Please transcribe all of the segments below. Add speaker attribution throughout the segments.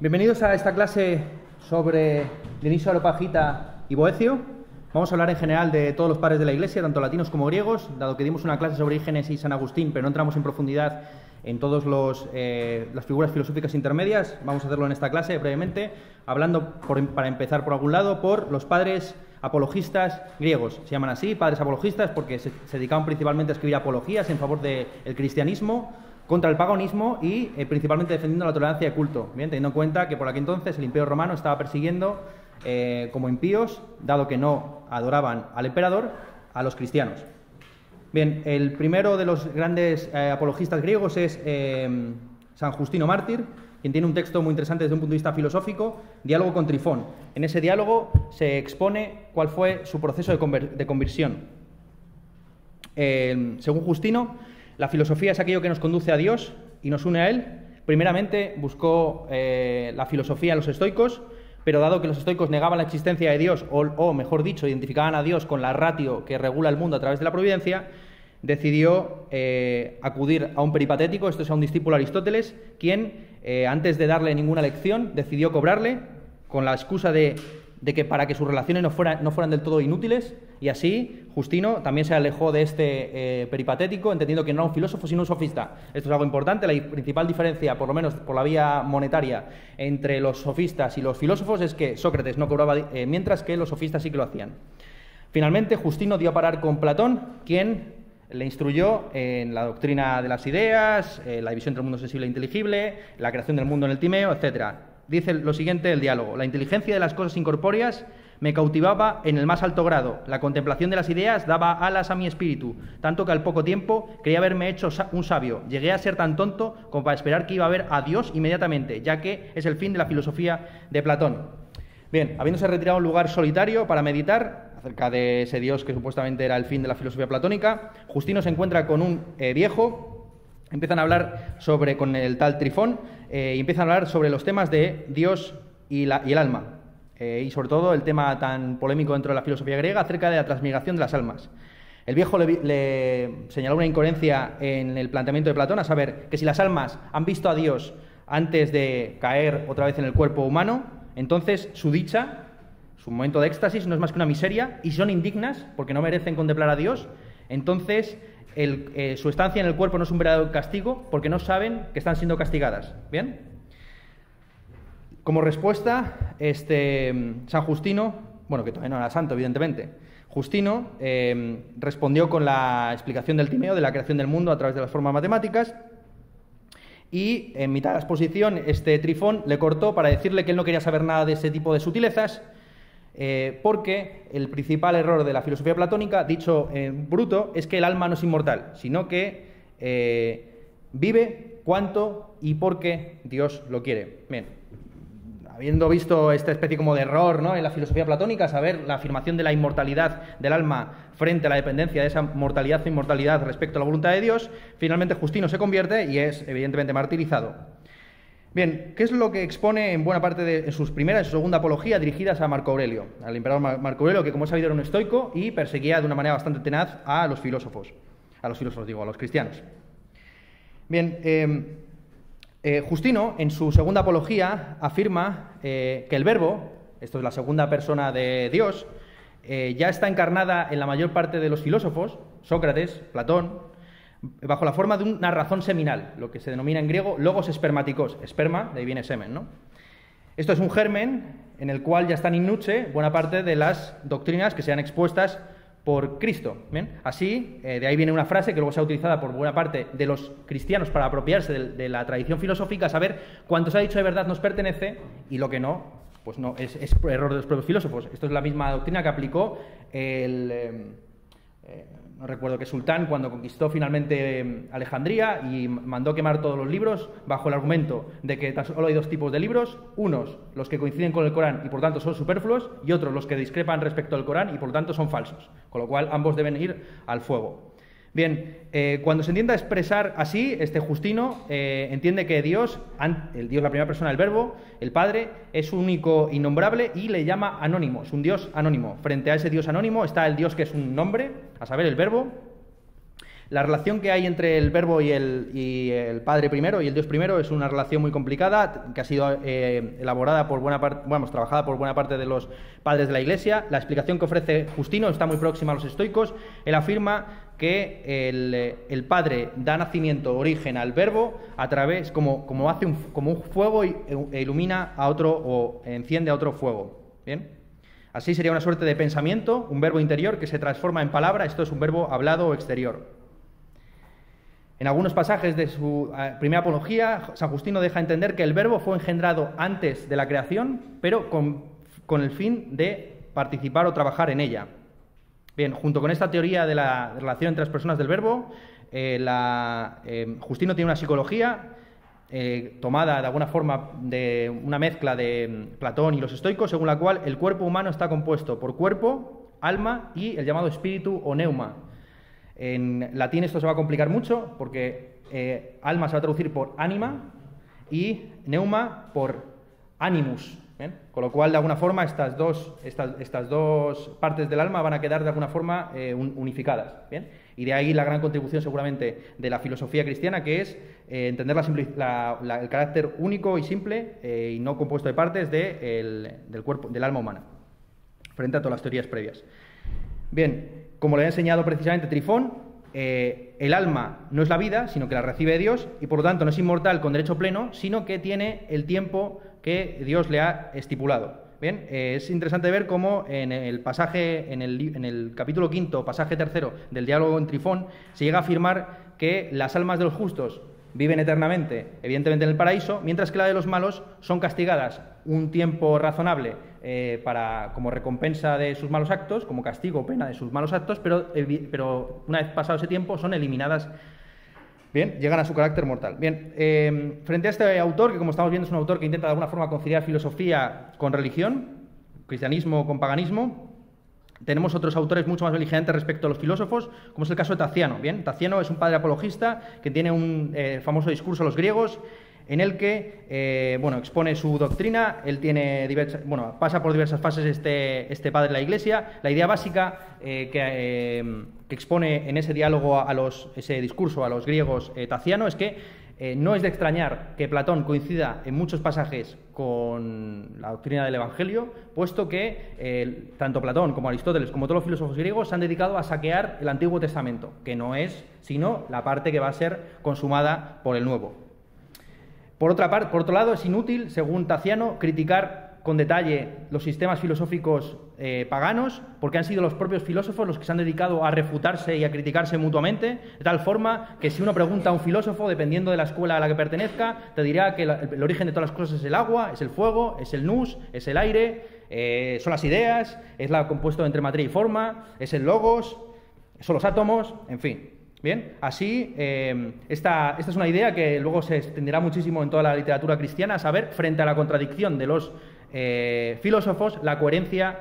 Speaker 1: Bienvenidos a esta clase sobre Dionisio Areopagita y Boecio. Vamos a hablar en general de todos los padres de la Iglesia, tanto latinos como griegos, dado que dimos una clase sobre Orígenes y San Agustín, pero no entramos en profundidad en todas las figuras filosóficas intermedias. Vamos a hacerlo en esta clase brevemente, hablando, para empezar por algún lado, por los padres apologistas griegos. Se llaman así, padres apologistas, porque se dedicaban principalmente a escribir apologías en favor del cristianismo, contra el paganismo y principalmente defendiendo la tolerancia de culto. Bien, teniendo en cuenta que por aquel entonces el Imperio Romano estaba persiguiendo como impíos, dado que no adoraban al emperador, a los cristianos. Bien, el primero de los grandes apologistas griegos es San Justino Mártir, quien tiene un texto muy interesante desde un punto de vista filosófico, Diálogo con Trifón. En ese diálogo se expone cuál fue su proceso de conversión. Según Justino, la filosofía es aquello que nos conduce a Dios y nos une a Él. Primeramente buscó la filosofía en los estoicos, pero dado que los estoicos negaban la existencia de Dios, o mejor dicho, identificaban a Dios con la ratio que regula el mundo a través de la providencia, decidió acudir a un peripatético, esto es a un discípulo de Aristóteles, quien, antes de darle ninguna lección, decidió cobrarle con la excusa de que para que sus relaciones no fueran del todo inútiles, y así Justino también se alejó de este peripatético, entendiendo que no era un filósofo sino un sofista. Esto es algo importante. La principal diferencia, por lo menos por la vía monetaria, entre los sofistas y los filósofos es que Sócrates no cobraba, mientras que los sofistas sí que lo hacían. Finalmente, Justino dio a parar con Platón, quien le instruyó en la doctrina de las ideas, la división entre el mundo sensible e inteligible, la creación del mundo en el Timeo, etc. Dice lo siguiente del diálogo: la inteligencia de las cosas incorpóreas me cautivaba en el más alto grado, la contemplación de las ideas daba alas a mi espíritu, tanto que al poco tiempo creía haberme hecho un sabio. Llegué a ser tan tonto como para esperar que iba a ver a Dios inmediatamente, ya que es el fin de la filosofía de Platón. Bien, habiéndose retirado a un lugar solitario para meditar acerca de ese Dios que supuestamente era el fin de la filosofía platónica, Justino se encuentra con un viejo. Empiezan a hablar con el tal Trifón, y empiezan a hablar sobre los temas de Dios y el alma, y sobre todo el tema tan polémico dentro de la filosofía griega acerca de la transmigración de las almas. El viejo le señaló una incoherencia en el planteamiento de Platón, a saber que si las almas han visto a Dios antes de caer otra vez en el cuerpo humano, entonces su dicha, su momento de éxtasis, no es más que una miseria, y si son indignas porque no merecen contemplar a Dios, entonces su estancia en el cuerpo no es un verdadero castigo porque no saben que están siendo castigadas. ¿Bien? Como respuesta, San Justino, bueno, que todavía no era santo, evidentemente, Justino respondió con la explicación del Timeo, de la creación del mundo a través de las formas matemáticas, y en mitad de la exposición Trifón le cortó para decirle que él no quería saber nada de ese tipo de sutilezas, porque el principal error de la filosofía platónica, dicho en bruto, es que el alma no es inmortal, sino que vive cuanto y porque Dios lo quiere. Bien, habiendo visto esta especie como de error, ¿no?, en la filosofía platónica, saber la afirmación de la inmortalidad del alma frente a la dependencia de esa mortalidad o inmortalidad respecto a la voluntad de Dios, finalmente Justino se convierte y es evidentemente martirizado. Bien, ¿qué es lo que expone en buena parte de sus primera y su segunda apología dirigidas a Marco Aurelio, al emperador Marco Aurelio, que como he sabido era un estoico y perseguía de una manera bastante tenaz a los cristianos? Bien, Justino, en su segunda apología, afirma que el Verbo, esto es la segunda persona de Dios, ya está encarnada en la mayor parte de los filósofos, Sócrates, Platón, bajo la forma de una razón seminal, lo que se denomina en griego logos espermáticos. Esperma, de ahí viene semen, ¿no? Esto es un germen en el cual ya están in nuce buena parte de las doctrinas que sean expuestas por Cristo. ¿Bien? Así, de ahí viene una frase que luego se ha utilizada por buena parte de los cristianos para apropiarse de la tradición filosófica, saber cuánto se ha dicho de verdad nos pertenece y lo que no, pues no, es error de los propios filósofos. Esto es la misma doctrina que aplicó no recuerdo qué sultán cuando conquistó finalmente Alejandría y mandó quemar todos los libros bajo el argumento de que tan solo hay dos tipos de libros: unos los que coinciden con el Corán y por tanto son superfluos, y otros los que discrepan respecto al Corán y por tanto son falsos, con lo cual ambos deben ir al fuego. Bien, cuando se intenta expresar así, Justino entiende que Dios, el Dios, la primera persona del Verbo, el Padre, es único, innombrable, y le llama anónimo, es un Dios anónimo. Frente a ese Dios anónimo está el Dios que es un nombre, a saber, el Verbo, La relación que hay entre el Verbo y el Padre primero y el Dios primero es una relación muy complicada que ha sido elaborada por trabajada por buena parte de los padres de la Iglesia. La explicación que ofrece Justino está muy próxima a los estoicos. Él afirma que el Padre da nacimiento, origen al Verbo a través, como un fuego e ilumina a otro o enciende a otro fuego. ¿Bien? Así sería una suerte de pensamiento, un verbo interior que se transforma en palabra. Esto es un verbo hablado o exterior. En algunos pasajes de su primera apología, San Justino deja entender que el Verbo fue engendrado antes de la creación, pero con el fin de participar o trabajar en ella. Bien, junto con esta teoría de la relación entre las personas del Verbo, Justino tiene una psicología tomada de alguna forma de una mezcla de Platón y los estoicos, según la cual el cuerpo humano está compuesto por cuerpo, alma y el llamado espíritu o neuma. En latín esto se va a complicar mucho porque alma se va a traducir por ánima y neuma por animus. ¿Bien? Con lo cual, de alguna forma, estas dos partes del alma van a quedar de alguna forma unificadas. ¿Bien? Y de ahí la gran contribución seguramente de la filosofía cristiana, que es entender el carácter único y simple y no compuesto de partes del cuerpo, del alma humana, frente a todas las teorías previas. Bien, como le ha enseñado precisamente Trifón, el alma no es la vida, sino que la recibe Dios, y por lo tanto no es inmortal con derecho pleno, sino que tiene el tiempo que Dios le ha estipulado. Bien, es interesante ver cómo en el pasaje, en el capítulo 5, pasaje 3 del diálogo en Trifón, se llega a afirmar que las almas de los justos viven eternamente, evidentemente en el paraíso, mientras que la de los malos son castigadas un tiempo razonable como recompensa de sus malos actos, como castigo o pena de sus malos actos, pero una vez pasado ese tiempo son eliminadas. Bien, llegan a su carácter mortal. Bien, frente a este autor, que como estamos viendo es un autor que intenta de alguna forma conciliar filosofía con religión, cristianismo con paganismo, tenemos otros autores mucho más beligerantes respecto a los filósofos, como es el caso de Taciano. Bien, Taciano es un padre apologista que tiene un famoso discurso a los griegos en el que expone su doctrina. Él tiene pasa por diversas fases este padre de la Iglesia. La idea básica que expone en ese diálogo ese discurso a los griegos Taciano es que no es de extrañar que Platón coincida en muchos pasajes con la doctrina del Evangelio, puesto que tanto Platón como Aristóteles como todos los filósofos griegos se han dedicado a saquear el Antiguo Testamento, que no es sino la parte que va a ser consumada por el Nuevo. Por otro lado, es inútil, según Taciano, criticar con detalle los sistemas filosóficos paganos, porque han sido los propios filósofos los que se han dedicado a refutarse y a criticarse mutuamente, de tal forma que si uno pregunta a un filósofo, dependiendo de la escuela a la que pertenezca, te dirá que el origen de todas las cosas es el agua, es el fuego, es el nous, es el aire, son las ideas, es la compuesto entre materia y forma, es el logos, son los átomos, en fin. Bien, así, esta es una idea que luego se extenderá muchísimo en toda la literatura cristiana, a saber, frente a la contradicción de los filósofos, la coherencia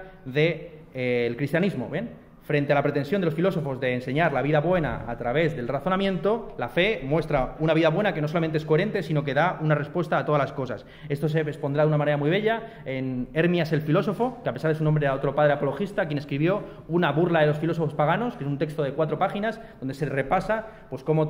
Speaker 1: del cristianismo. ¿Bien? Frente a la pretensión de los filósofos de enseñar la vida buena a través del razonamiento, la fe muestra una vida buena que no solamente es coherente, sino que da una respuesta a todas las cosas. Esto se expondrá de una manera muy bella en Hermias el filósofo, que a pesar de su nombre era otro padre apologista, quien escribió una burla de los filósofos paganos, que es un texto de 4 páginas, donde se repasa cómo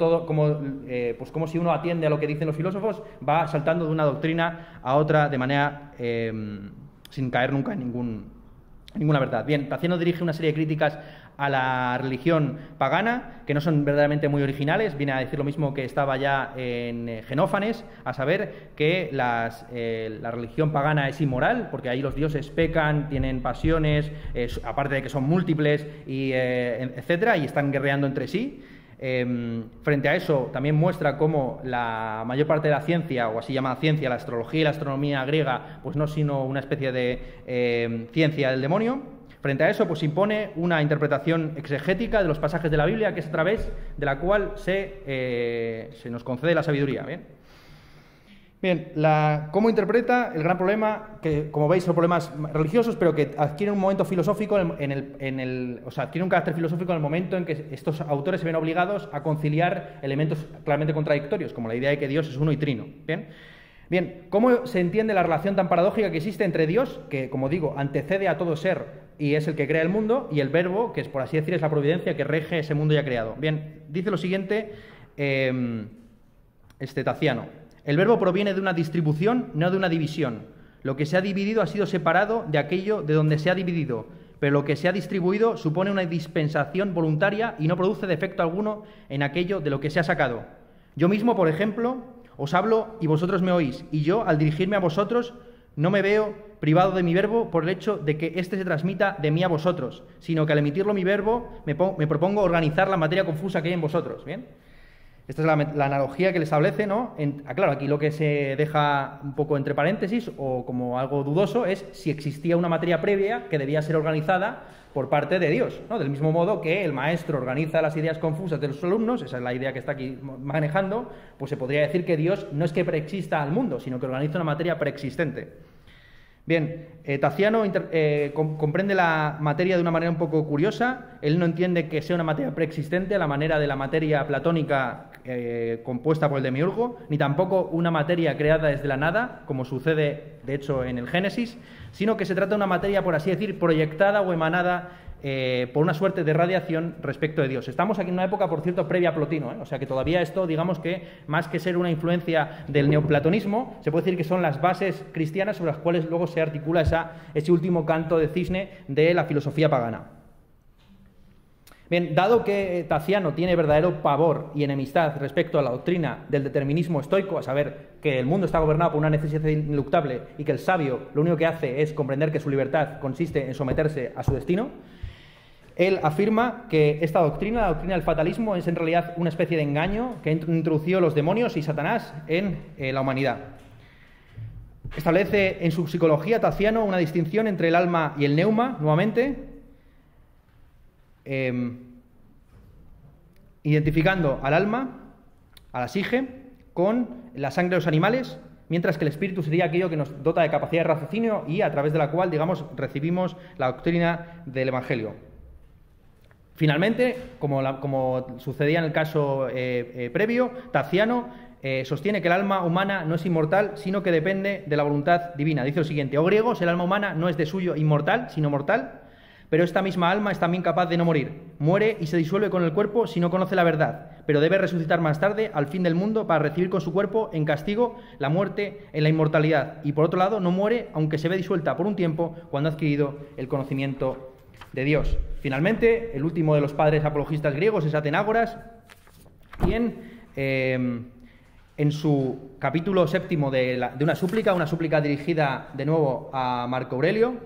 Speaker 1: si uno atiende a lo que dicen los filósofos, va saltando de una doctrina a otra de manera sin caer nunca en ninguna verdad. Bien, Taciano dirige una serie de críticas a la religión pagana que no son verdaderamente muy originales. Viene a decir lo mismo que estaba ya en Genófanes, a saber que la religión pagana es inmoral, porque ahí los dioses pecan, tienen pasiones, aparte de que son múltiples, etcétera, y están guerreando entre sí. Frente a eso, también muestra cómo la mayor parte de la ciencia, o así llamada ciencia, la astrología y la astronomía griega, pues no es sino una especie de ciencia del demonio. Frente a eso, pues impone una interpretación exegética de los pasajes de la Biblia, que es a través de la cual se nos concede la sabiduría. Bien, ¿cómo interpreta el gran problema, que como veis son problemas religiosos, pero que adquieren un momento filosófico, adquieren un carácter filosófico en el momento en que estos autores se ven obligados a conciliar elementos claramente contradictorios, como la idea de que Dios es uno y trino. Bien, Bien, ¿cómo se entiende la relación tan paradójica que existe entre Dios, que, como digo, antecede a todo ser y es el que crea el mundo, y el Verbo, que es, por así decir, es la providencia que rege ese mundo ya creado? Bien, dice lo siguiente Taciano. El Verbo proviene de una distribución, no de una división. Lo que se ha dividido ha sido separado de aquello de donde se ha dividido, pero lo que se ha distribuido supone una dispensación voluntaria y no produce defecto alguno en aquello de lo que se ha sacado. Yo mismo, por ejemplo, os hablo y vosotros me oís, y yo, al dirigirme a vosotros, no me veo privado de mi verbo por el hecho de que éste se transmita de mí a vosotros, sino que al emitirlo mi verbo me propongo organizar la materia confusa que hay en vosotros. ¿Bien? Esta es la analogía que le establece, ¿no? Claro, aquí lo que se deja un poco entre paréntesis o como algo dudoso es si existía una materia previa que debía ser organizada por parte de Dios, ¿no? Del mismo modo que el maestro organiza las ideas confusas de los alumnos, esa es la idea que está aquí manejando, pues se podría decir que Dios no es que preexista al mundo, sino que organiza una materia preexistente. Bien, Taciano comprende la materia de una manera un poco curiosa. Él no entiende que sea una materia preexistente a la manera de la materia platónica compuesta por el demiurgo, ni tampoco una materia creada desde la nada, como sucede de hecho en el Génesis, sino que se trata de una materia, por así decir, proyectada o emanada por una suerte de radiación respecto de Dios. Estamos aquí en una época, por cierto, previa a Plotino, o sea que todavía esto, digamos que, más que ser una influencia del neoplatonismo, se puede decir que son las bases cristianas sobre las cuales luego se articula ese último canto de cisne de la filosofía pagana. Bien, dado que Taciano tiene verdadero pavor y enemistad respecto a la doctrina del determinismo estoico, a saber que el mundo está gobernado por una necesidad ineluctable y que el sabio lo único que hace es comprender que su libertad consiste en someterse a su destino, él afirma que esta doctrina, la doctrina del fatalismo, es en realidad una especie de engaño que introdució los demonios y Satanás en la humanidad. Establece en su psicología Taciano una distinción entre el alma y el neuma, nuevamente, identificando al alma, a la psique, con la sangre de los animales, mientras que el espíritu sería aquello que nos dota de capacidad de raciocinio y a través de la cual, digamos, recibimos la doctrina del Evangelio. Finalmente, como sucedía en el caso previo, Taciano sostiene que el alma humana no es inmortal, sino que depende de la voluntad divina. Dice lo siguiente: griegos, el alma humana no es de suyo inmortal, sino mortal, pero esta misma alma es también capaz de no morir. Muere y se disuelve con el cuerpo si no conoce la verdad, pero debe resucitar más tarde, al fin del mundo, para recibir con su cuerpo, en castigo, la muerte en la inmortalidad. Y por otro lado, no muere, aunque se ve disuelta por un tiempo, cuando ha adquirido el conocimiento de Dios. Finalmente, el último de los padres apologistas griegos es Atenágoras, quien en su capítulo 7 de una súplica dirigida de nuevo a Marco Aurelio,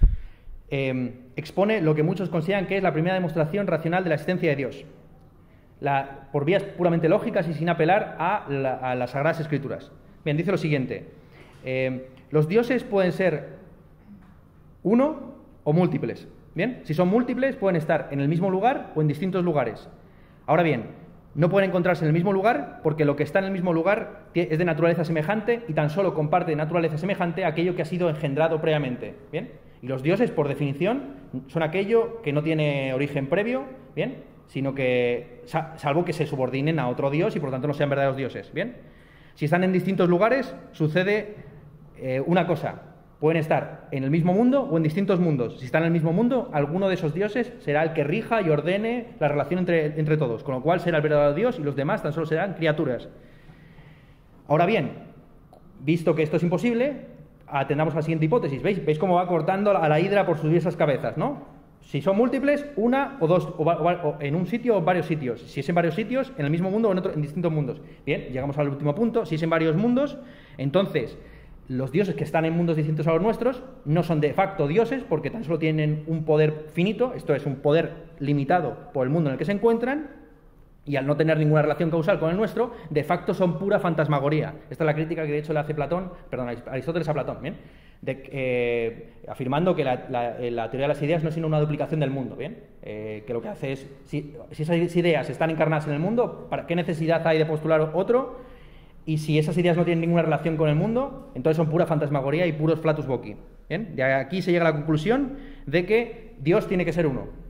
Speaker 1: expone lo que muchos consideran que es la primera demostración racional de la existencia de Dios, por vías puramente lógicas y sin apelar a las Sagradas Escrituras. Bien, dice lo siguiente: los dioses pueden ser uno o múltiples. Bien, si son múltiples pueden estar en el mismo lugar o en distintos lugares. Ahora bien, no pueden encontrarse en el mismo lugar porque lo que está en el mismo lugar es de naturaleza semejante y tan solo comparte de naturaleza semejante aquello que ha sido engendrado previamente. Bien, y los dioses, por definición, son aquello que no tiene origen previo, bien, sino que salvo que se subordinen a otro dios y por lo tanto no sean verdaderos dioses. Bien, si están en distintos lugares sucede una cosa: pueden estar en el mismo mundo o en distintos mundos. Si están en el mismo mundo, alguno de esos dioses será el que rija y ordene la relación entre todos, con lo cual será el verdadero Dios y los demás tan solo serán criaturas. Ahora bien, visto que esto es imposible, atendamos a la siguiente hipótesis. ¿Veis cómo va cortando a la hidra por sus diversas cabezas, ¿no? Si son múltiples, una o dos, o en un sitio o en varios sitios. Si es en varios sitios, en el mismo mundo o en distintos mundos. Bien, llegamos al último punto. Si es en varios mundos, entonces los dioses que están en mundos distintos a los nuestros no son de facto dioses porque tan solo tienen un poder finito, esto es un poder limitado por el mundo en el que se encuentran, y al no tener ninguna relación causal con el nuestro, de facto son pura fantasmagoría. Esta es la crítica que de hecho le hace Aristóteles a Platón, ¿bien? Afirmando que la teoría de las ideas no es sino una duplicación del mundo, ¿bien? Que lo que hace es, si esas ideas están encarnadas en el mundo, ¿para qué necesidad hay de postular otro? Y si esas ideas no tienen ninguna relación con el mundo, entonces son pura fantasmagoría y puros flatus voci. ¿Bien? De aquí se llega a la conclusión de que Dios tiene que ser uno. ¿Bien?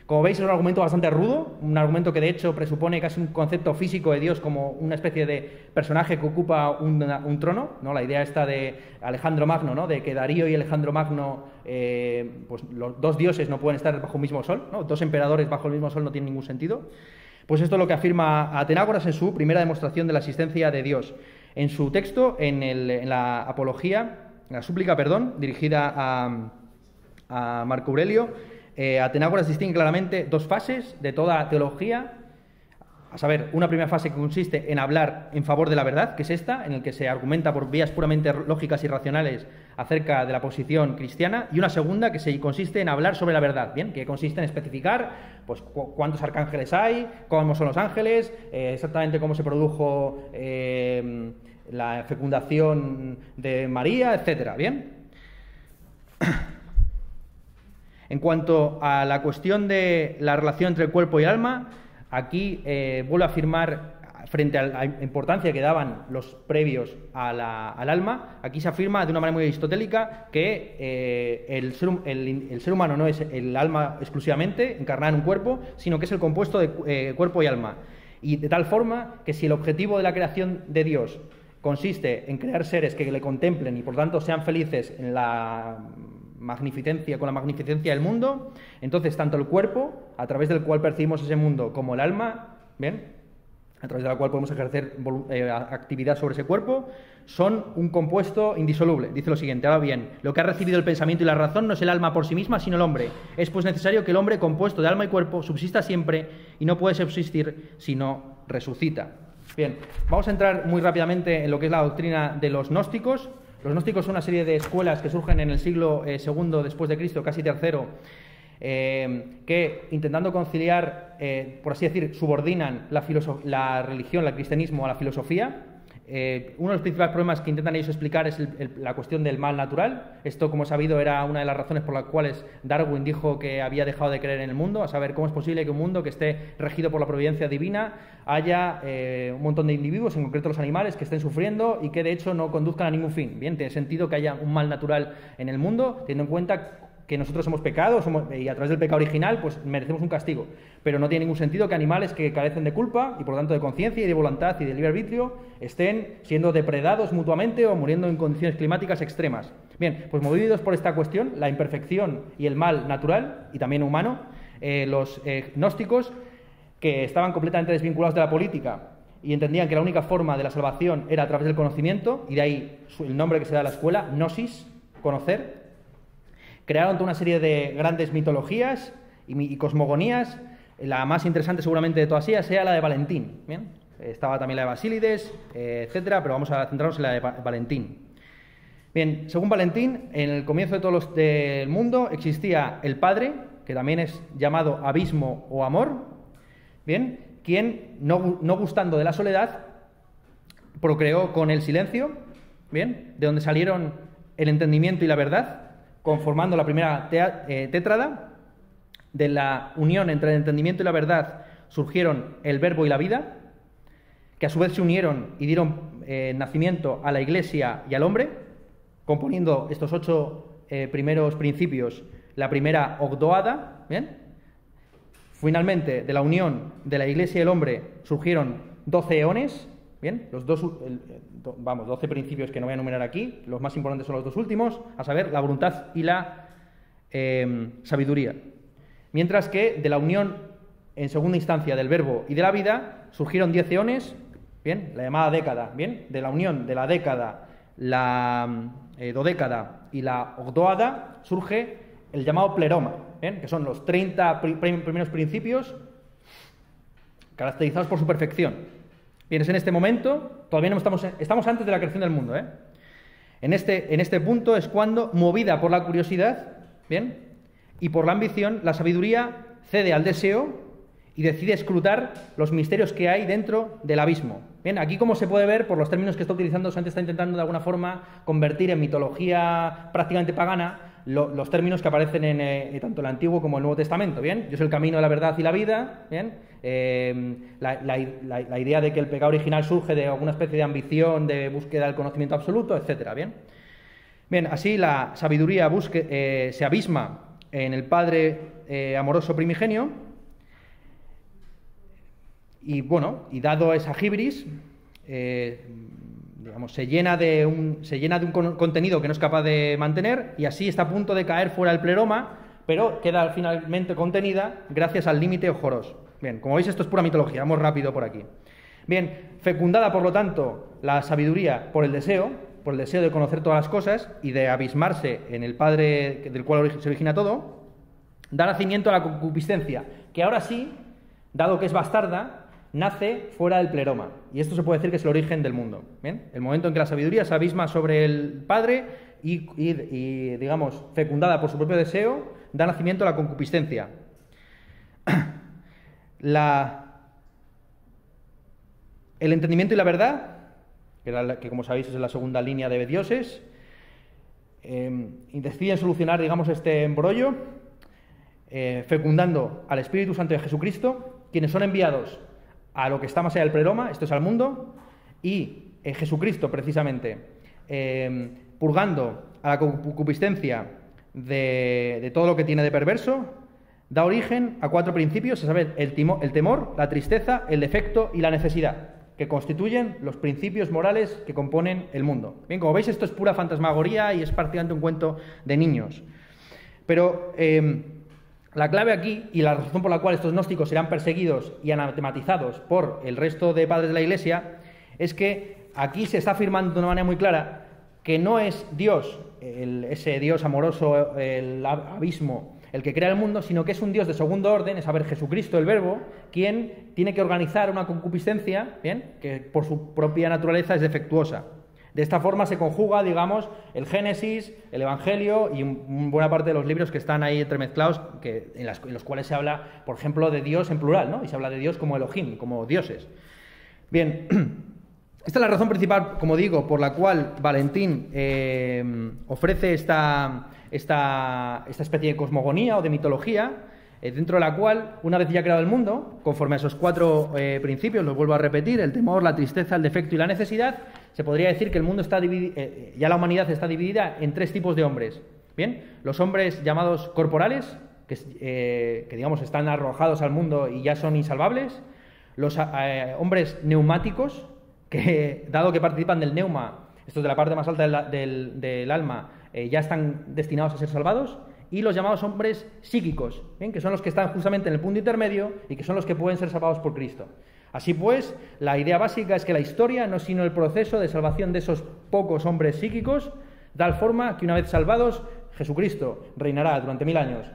Speaker 1: Como veis, es un argumento bastante rudo, un argumento que de hecho presupone casi un concepto físico de Dios como una especie de personaje que ocupa un trono, ¿no? La idea esta de Alejandro Magno, ¿no? De que Darío y Alejandro Magno, pues los dos dioses no pueden estar bajo un mismo sol, ¿no? Dos emperadores bajo el mismo sol no tiene ningún sentido. Pues esto es lo que afirma Atenágoras en su primera demostración de la existencia de Dios. En su texto, en la apología, en la súplica, perdón, dirigida a Marco Aurelio, Atenágoras distingue claramente dos fases de toda teología, a saber, una primera fase que consiste en hablar en favor de la verdad, que es esta, en el que se argumenta por vías puramente lógicas y racionales acerca de la posición cristiana, y una segunda que consiste en hablar sobre la verdad, ¿bien? Que consiste en especificar pues, cuántos arcángeles hay, cómo son los ángeles, exactamente cómo se produjo la fecundación de María, etcétera, ¿bien? En cuanto a la cuestión de la relación entre el cuerpo y el alma, aquí vuelvo a afirmar, frente a la importancia que daban los previos al alma, aquí se afirma de una manera muy aristotélica que el ser humano no es el alma exclusivamente, encarnada en un cuerpo, sino que es el compuesto de cuerpo y alma. Y de tal forma que si el objetivo de la creación de Dios consiste en crear seres que le contemplen y por tanto sean felices en la magnificencia, con la magnificencia del mundo, entonces tanto el cuerpo, a través del cual percibimos ese mundo, como el alma, ¿bien?, a través de la cual podemos ejercer actividad sobre ese cuerpo, son un compuesto indisoluble. Dice lo siguiente, ahora bien, lo que ha recibido el pensamiento y la razón no es el alma por sí misma, sino el hombre. Es pues necesario que el hombre, compuesto de alma y cuerpo, subsista siempre y no puede subsistir si no resucita. Bien, vamos a entrar muy rápidamente en lo que es la doctrina de los gnósticos. Los gnósticos son una serie de escuelas que surgen en el siglo II después de Cristo, casi tercero, que intentando conciliar, por así decir, subordinan la religión, el cristianismo a la filosofía. Uno de los principales problemas que intentan ellos explicar es la cuestión del mal natural. Esto, como sabido, era una de las razones por las cuales Darwin dijo que había dejado de creer en el mundo, a saber cómo es posible que un mundo que esté regido por la providencia divina haya un montón de individuos, en concreto los animales, que estén sufriendo y que de hecho no conduzcan a ningún fin. Bien, tiene sentido que haya un mal natural en el mundo, teniendo en cuenta que nosotros hemos pecado y a través del pecado original pues merecemos un castigo, pero no tiene ningún sentido que animales que carecen de culpa y por lo tanto de conciencia y de voluntad y de libre arbitrio estén siendo depredados mutuamente o muriendo en condiciones climáticas extremas. Bien, pues movidos por esta cuestión, la imperfección y el mal natural y también humano, los gnósticos, que estaban completamente desvinculados de la política y entendían que la única forma de la salvación era a través del conocimiento, y de ahí el nombre que se da a la escuela, gnosis, conocer. Crearon toda una serie de grandes mitologías y cosmogonías. La más interesante seguramente de todas ellas sea la de Valentín. ¿Bien? Estaba también la de Basílides, etcétera, pero vamos a centrarnos en la de Valentín. Bien, según Valentín, en el comienzo de todos del mundo existía el Padre, que también es llamado abismo o amor, bien, quien, no gustando de la soledad, procreó con el silencio, bien, de donde salieron el entendimiento y la verdad, conformando la primera tétrada. De la unión entre el entendimiento y la verdad surgieron el verbo y la vida, que a su vez se unieron y dieron nacimiento a la Iglesia y al hombre, componiendo estos 8 primeros principios la primera ogdoada. ¿Bien? Finalmente, de la unión de la Iglesia y el hombre surgieron 12 eones. Bien, 12 principios que no voy a enumerar aquí, los más importantes son los dos últimos, a saber, la voluntad y la sabiduría. Mientras que de la unión, en segunda instancia, del verbo y de la vida, surgieron 10 eones, bien, la llamada década, bien, de la unión de la década, la dodécada y la ogdoada, surge el llamado pleroma, bien, que son los 30 primeros principios caracterizados por su perfección. Bien, es en este momento, todavía no estamos antes de la creación del mundo, ¿eh? En este punto es cuando, movida por la curiosidad, ¿bien?, y por la ambición, la sabiduría cede al deseo y decide escrutar los misterios que hay dentro del abismo. Bien, aquí, como se puede ver por los términos que está utilizando, Santi está intentando de alguna forma convertir en mitología prácticamente pagana los términos que aparecen en tanto el Antiguo como el Nuevo Testamento. Bien, yo soy el camino, la verdad y la vida. Bien, la idea de que el pecado original surge de alguna especie de ambición, de búsqueda del conocimiento absoluto, etcétera. Bien, así la sabiduría se abisma en el Padre amoroso primigenio. Y bueno, y dado esa hibris, digamos, se llena de un contenido que no es capaz de mantener, y así está a punto de caer fuera del pleroma, pero queda finalmente contenida gracias al límite o joros. Bien, como veis, esto es pura mitología, vamos rápido por aquí. Bien, fecundada por lo tanto la sabiduría por el deseo de conocer todas las cosas y de abismarse en el Padre del cual se origina todo, da nacimiento a la concupiscencia, que ahora sí, dado que es bastarda, nace fuera del pleroma. Y esto se puede decir que es el origen del mundo. ¿Bien? El momento en que la sabiduría se abisma sobre el Padre y digamos, fecundada por su propio deseo, da nacimiento a la concupiscencia. El entendimiento y la verdad, que como sabéis es la segunda línea de dioses, y deciden solucionar, digamos, este embrollo, fecundando al Espíritu Santo de Jesucristo, quienes son enviados a lo que está más allá del pleroma, esto es al mundo, y Jesucristo, precisamente, purgando a la concupiscencia de todo lo que tiene de perverso, da origen a 4 principios, a saber, el temor, la tristeza, el defecto y la necesidad, que constituyen los principios morales que componen el mundo. Bien, como veis, esto es pura fantasmagoría y es prácticamente un cuento de niños. Pero la clave aquí, y la razón por la cual estos gnósticos serán perseguidos y anatematizados por el resto de padres de la Iglesia, es que aquí se está afirmando de una manera muy clara que no es Dios, ese Dios amoroso, el abismo, el que crea el mundo, sino que es un Dios de segundo orden, es saber, Jesucristo, el Verbo, quien tiene que organizar una concupiscencia, ¿bien?, que por su propia naturaleza es defectuosa. De esta forma se conjuga, digamos, el Génesis, el Evangelio y buena parte de los libros que están ahí entremezclados, en los cuales se habla, por ejemplo, de Dios en plural, ¿no? Y se habla de Dios como Elohim, como dioses. Bien, esta es la razón principal, como digo, por la cual Valentín ofrece esta especie de cosmogonía o de mitología, dentro de la cual, una vez ya creado el mundo, conforme a esos 4 principios, los vuelvo a repetir, el temor, la tristeza, el defecto y la necesidad, se podría decir que el mundo está dividido, ya la humanidad está dividida en 3 tipos de hombres. Bien, los hombres llamados corporales, que digamos están arrojados al mundo y ya son insalvables, los hombres neumáticos, que dado que participan del neuma, estos de la parte más alta del alma, ya están destinados a ser salvados, y los llamados hombres psíquicos, ¿bien?, que son los que están justamente en el punto intermedio y que son los que pueden ser salvados por Cristo. Así pues, la idea básica es que la historia no es sino el proceso de salvación de esos pocos hombres psíquicos, de tal forma que una vez salvados, Jesucristo reinará durante 1000 años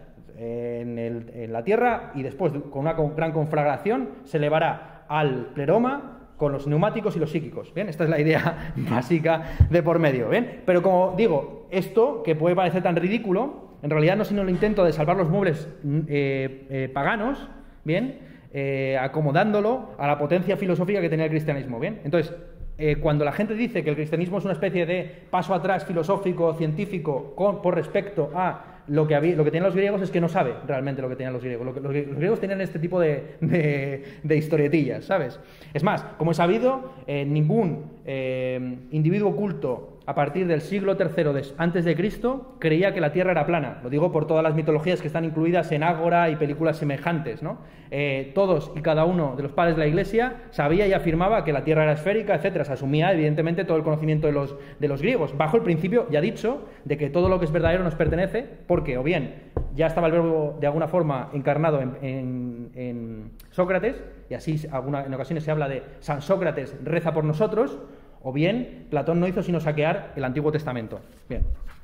Speaker 1: en la tierra y después, con una gran conflagración, se elevará al pleroma con los neumáticos y los psíquicos. Bien, esta es la idea básica de por medio. Bien, pero como digo, esto que puede parecer tan ridículo, en realidad no es sino el intento de salvar los muebles paganos, bien, acomodándolo a la potencia filosófica que tenía el cristianismo. Bien, entonces, cuando la gente dice que el cristianismo es una especie de paso atrás filosófico, científico, por respecto a lo que tenían los griegos, es que no sabe realmente lo que tenían los griegos. Los griegos tenían este tipo de historietillas, ¿sabes? Es más, como he sabido, ningún individuo culto a partir del siglo III antes de Cristo creía que la Tierra era plana. Lo digo por todas las mitologías que están incluidas en Ágora y películas semejantes, ¿no? Todos y cada uno de los padres de la Iglesia sabía y afirmaba que la Tierra era esférica, etcétera. Se asumía, evidentemente, todo el conocimiento de los griegos, bajo el principio, ya dicho, de que todo lo que es verdadero nos pertenece, porque o bien ya estaba el Verbo de alguna forma encarnado en Sócrates, y así en ocasiones se habla de San Sócrates reza por nosotros, o bien Platón no hizo sino saquear el Antiguo Testamento. Bien.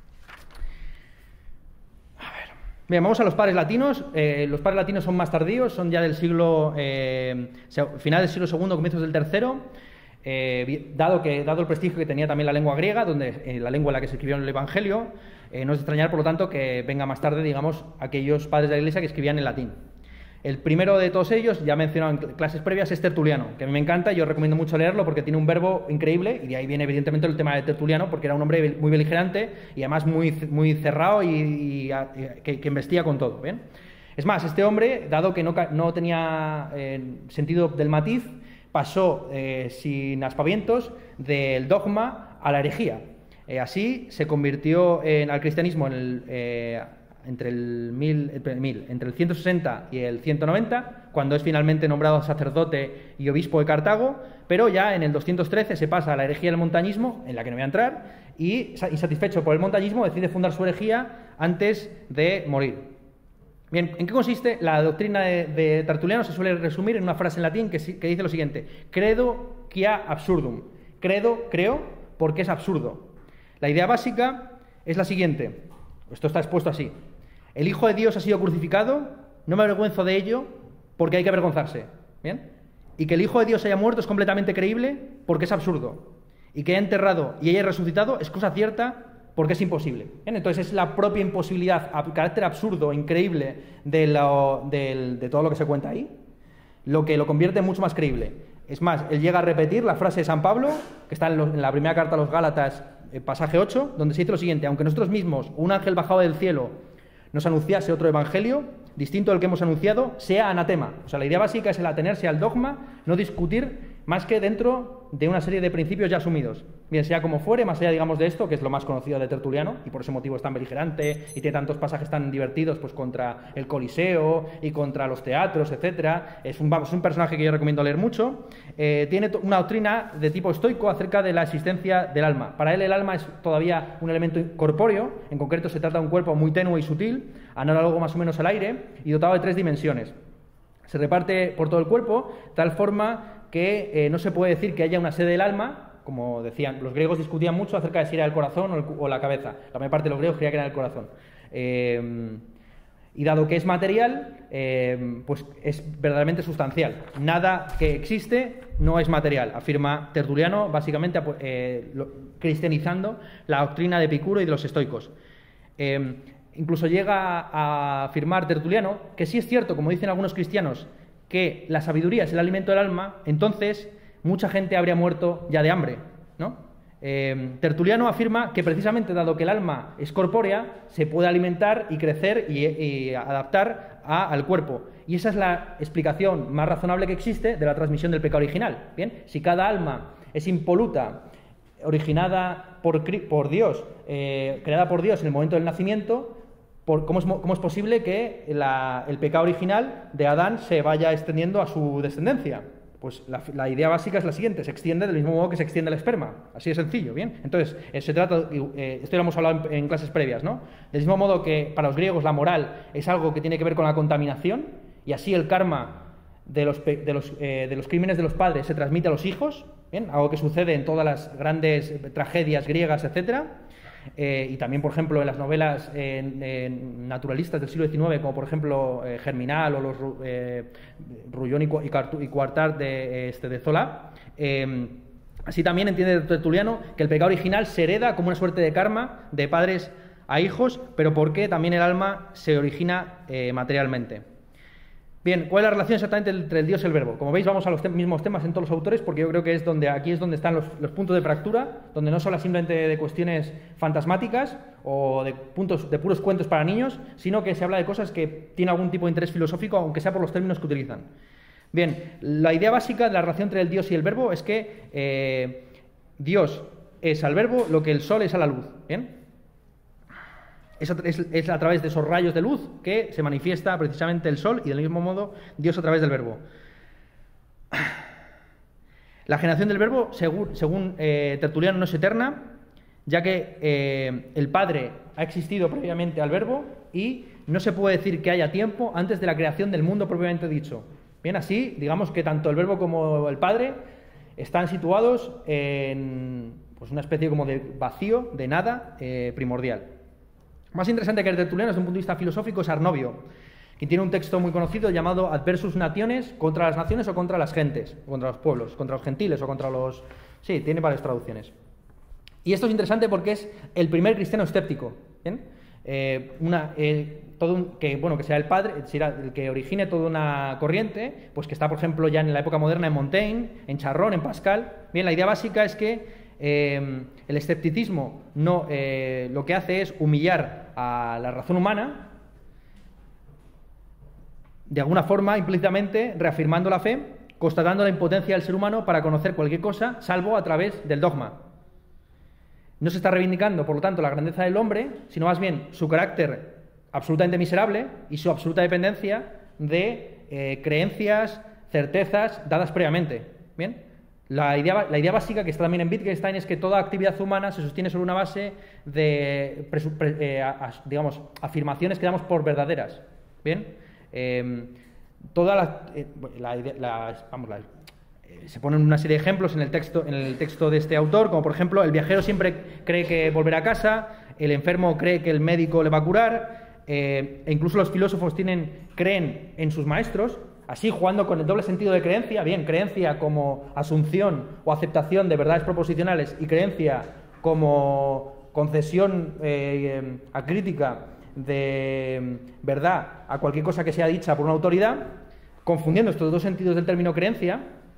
Speaker 1: Bien, vamos a los padres latinos. Los padres latinos son más tardíos, son ya del siglo... final del siglo II, comienzos del III, dado el prestigio que tenía también la lengua griega, la lengua en la que se escribió el Evangelio, no es de extrañar, por lo tanto, que venga más tarde, digamos, aquellos padres de la Iglesia que escribían en latín. El primero de todos ellos, ya mencionado en clases previas, es Tertuliano, que a mí me encanta y yo recomiendo mucho leerlo porque tiene un verbo increíble, y de ahí viene evidentemente el tema de Tertuliano, porque era un hombre muy beligerante y además muy cerrado y que investiga con todo. ¿Bien? Es más, este hombre, dado que no tenía sentido del matiz, pasó sin aspavientos del dogma a la herejía. Así se convirtió al cristianismo entre el 160 y el 190, cuando es finalmente nombrado sacerdote y obispo de Cartago, pero ya en el 213 se pasa a la herejía del montañismo, en la que no voy a entrar, y insatisfecho por el montañismo decide fundar su herejía antes de morir. Bien, ¿en qué consiste? La doctrina de Tertuliano se suele resumir en una frase en latín que dice lo siguiente: credo quia absurdum. Credo, creo, porque es absurdo. La idea básica es la siguiente, esto está expuesto así: el Hijo de Dios ha sido crucificado, no me avergüenzo de ello, porque hay que avergonzarse. ¿Bien? Y que el Hijo de Dios haya muerto es completamente creíble, porque es absurdo. Y que haya enterrado y haya resucitado es cosa cierta, porque es imposible. ¿Bien? Entonces es la propia imposibilidad, carácter absurdo, increíble de todo lo que se cuenta ahí, lo que lo convierte mucho más creíble. Es más, él llega a repetir la frase de San Pablo, que está en la primera carta a los Gálatas, pasaje 8, donde se dice lo siguiente: aunque nosotros mismos, un ángel bajado del cielo, nos anunciase otro evangelio, distinto del que hemos anunciado, sea anatema. O sea, la idea básica es el atenerse al dogma, no discutir más que dentro de una serie de principios ya asumidos. Bien, sea como fuere, más allá, digamos, de esto, que es lo más conocido de Tertuliano, y por ese motivo es tan beligerante, y tiene tantos pasajes tan divertidos, pues contra el Coliseo, y contra los teatros, etcétera. Es un personaje que yo recomiendo leer mucho. Tiene una doctrina de tipo estoico acerca de la existencia del alma. Para él el alma es todavía un elemento corpóreo, en concreto se trata de un cuerpo muy tenue y sutil, análogo más o menos al aire, y dotado de 3 dimensiones. Se reparte por todo el cuerpo, tal forma que no se puede decir que haya una sede del alma. Como decían, los griegos discutían mucho acerca de si era el corazón o la cabeza. La mayor parte de los griegos creía que era el corazón. Y dado que es material, pues es verdaderamente sustancial. Nada que existe no es material, afirma Tertuliano, básicamente cristianizando la doctrina de Epicuro y de los estoicos. Incluso llega a afirmar Tertuliano que sí es cierto, como dicen algunos cristianos, que la sabiduría es el alimento del alma, entonces mucha gente habría muerto ya de hambre, ¿no? Tertuliano afirma que precisamente dado que el alma es corpórea, se puede alimentar y crecer y adaptar al cuerpo. Y esa es la explicación más razonable que existe de la transmisión del pecado original. Bien, si cada alma es impoluta, originada por Dios, creada por Dios en el momento del nacimiento, ¿cómo es posible que el pecado original de Adán se vaya extendiendo a su descendencia? Pues la idea básica es la siguiente: se extiende del mismo modo que se extiende el esperma. Así de sencillo, ¿bien? Entonces, se trata, esto lo hemos hablado en clases previas, ¿no? Del mismo modo que para los griegos la moral es algo que tiene que ver con la contaminación, y así el karma de los crímenes de los padres se transmite a los hijos, ¿bien? Algo que sucede en todas las grandes tragedias griegas, etcétera. Y también, por ejemplo, en las novelas naturalistas del siglo XIX, como por ejemplo Germinal o los Rullón y Cuartart de Zola. Así también entiende Tertuliano que el pecado original se hereda como una suerte de karma de padres a hijos, pero porque también el alma se origina materialmente. Bien, ¿cuál es la relación exactamente entre el Dios y el Verbo? Como veis, vamos a los mismos temas en todos los autores, porque yo creo que aquí es donde están los puntos de fractura, donde no se habla simplemente de cuestiones fantasmáticas o de puros cuentos para niños, sino que se habla de cosas que tienen algún tipo de interés filosófico, aunque sea por los términos que utilizan. Bien, la idea básica de la relación entre el Dios y el Verbo es que Dios es al Verbo lo que el Sol es a la luz. ¿Bien? Es a través de esos rayos de luz que se manifiesta precisamente el Sol, y del mismo modo Dios a través del Verbo. La generación del Verbo, según Tertuliano, no es eterna, ya que el Padre ha existido previamente al Verbo y no se puede decir que haya tiempo antes de la creación del mundo propiamente dicho. Bien, así, digamos que tanto el Verbo como el Padre están situados en pues, una especie como de vacío, de nada primordial. Más interesante que el Tertuliano desde un punto de vista filosófico es Arnovio, que tiene un texto muy conocido llamado Adversus Nationes, contra las naciones o contra las gentes, contra los pueblos, contra los gentiles o contra los... Sí, tiene varias traducciones. Y esto es interesante porque es el primer cristiano escéptico, ¿bien? Que sea el padre, será el que origine toda una corriente, pues que está, por ejemplo, ya en la época moderna en Montaigne, en Charron, en Pascal. Bien, la idea básica es que el escepticismo lo que hace es humillar a la razón humana, de alguna forma, implícitamente, reafirmando la fe, constatando la impotencia del ser humano para conocer cualquier cosa, salvo a través del dogma. No se está reivindicando, por lo tanto, la grandeza del hombre, sino más bien su carácter absolutamente miserable y su absoluta dependencia de creencias, certezas dadas previamente. ¿Bien? La idea básica que está también en Wittgenstein es que toda actividad humana se sostiene sobre una base de, digamos, afirmaciones que damos por verdaderas. ¿Bien? Se ponen una serie de ejemplos en el texto de este autor, como por ejemplo, el viajero siempre cree que volverá a casa, el enfermo cree que el médico le va a curar, e incluso los filósofos creen en sus maestros, así jugando con el doble sentido de creencia, bien, creencia como asunción o aceptación de verdades proposicionales y creencia como concesión acrítica de verdad a cualquier cosa que sea dicha por una autoridad. Confundiendo estos dos sentidos del término creencia,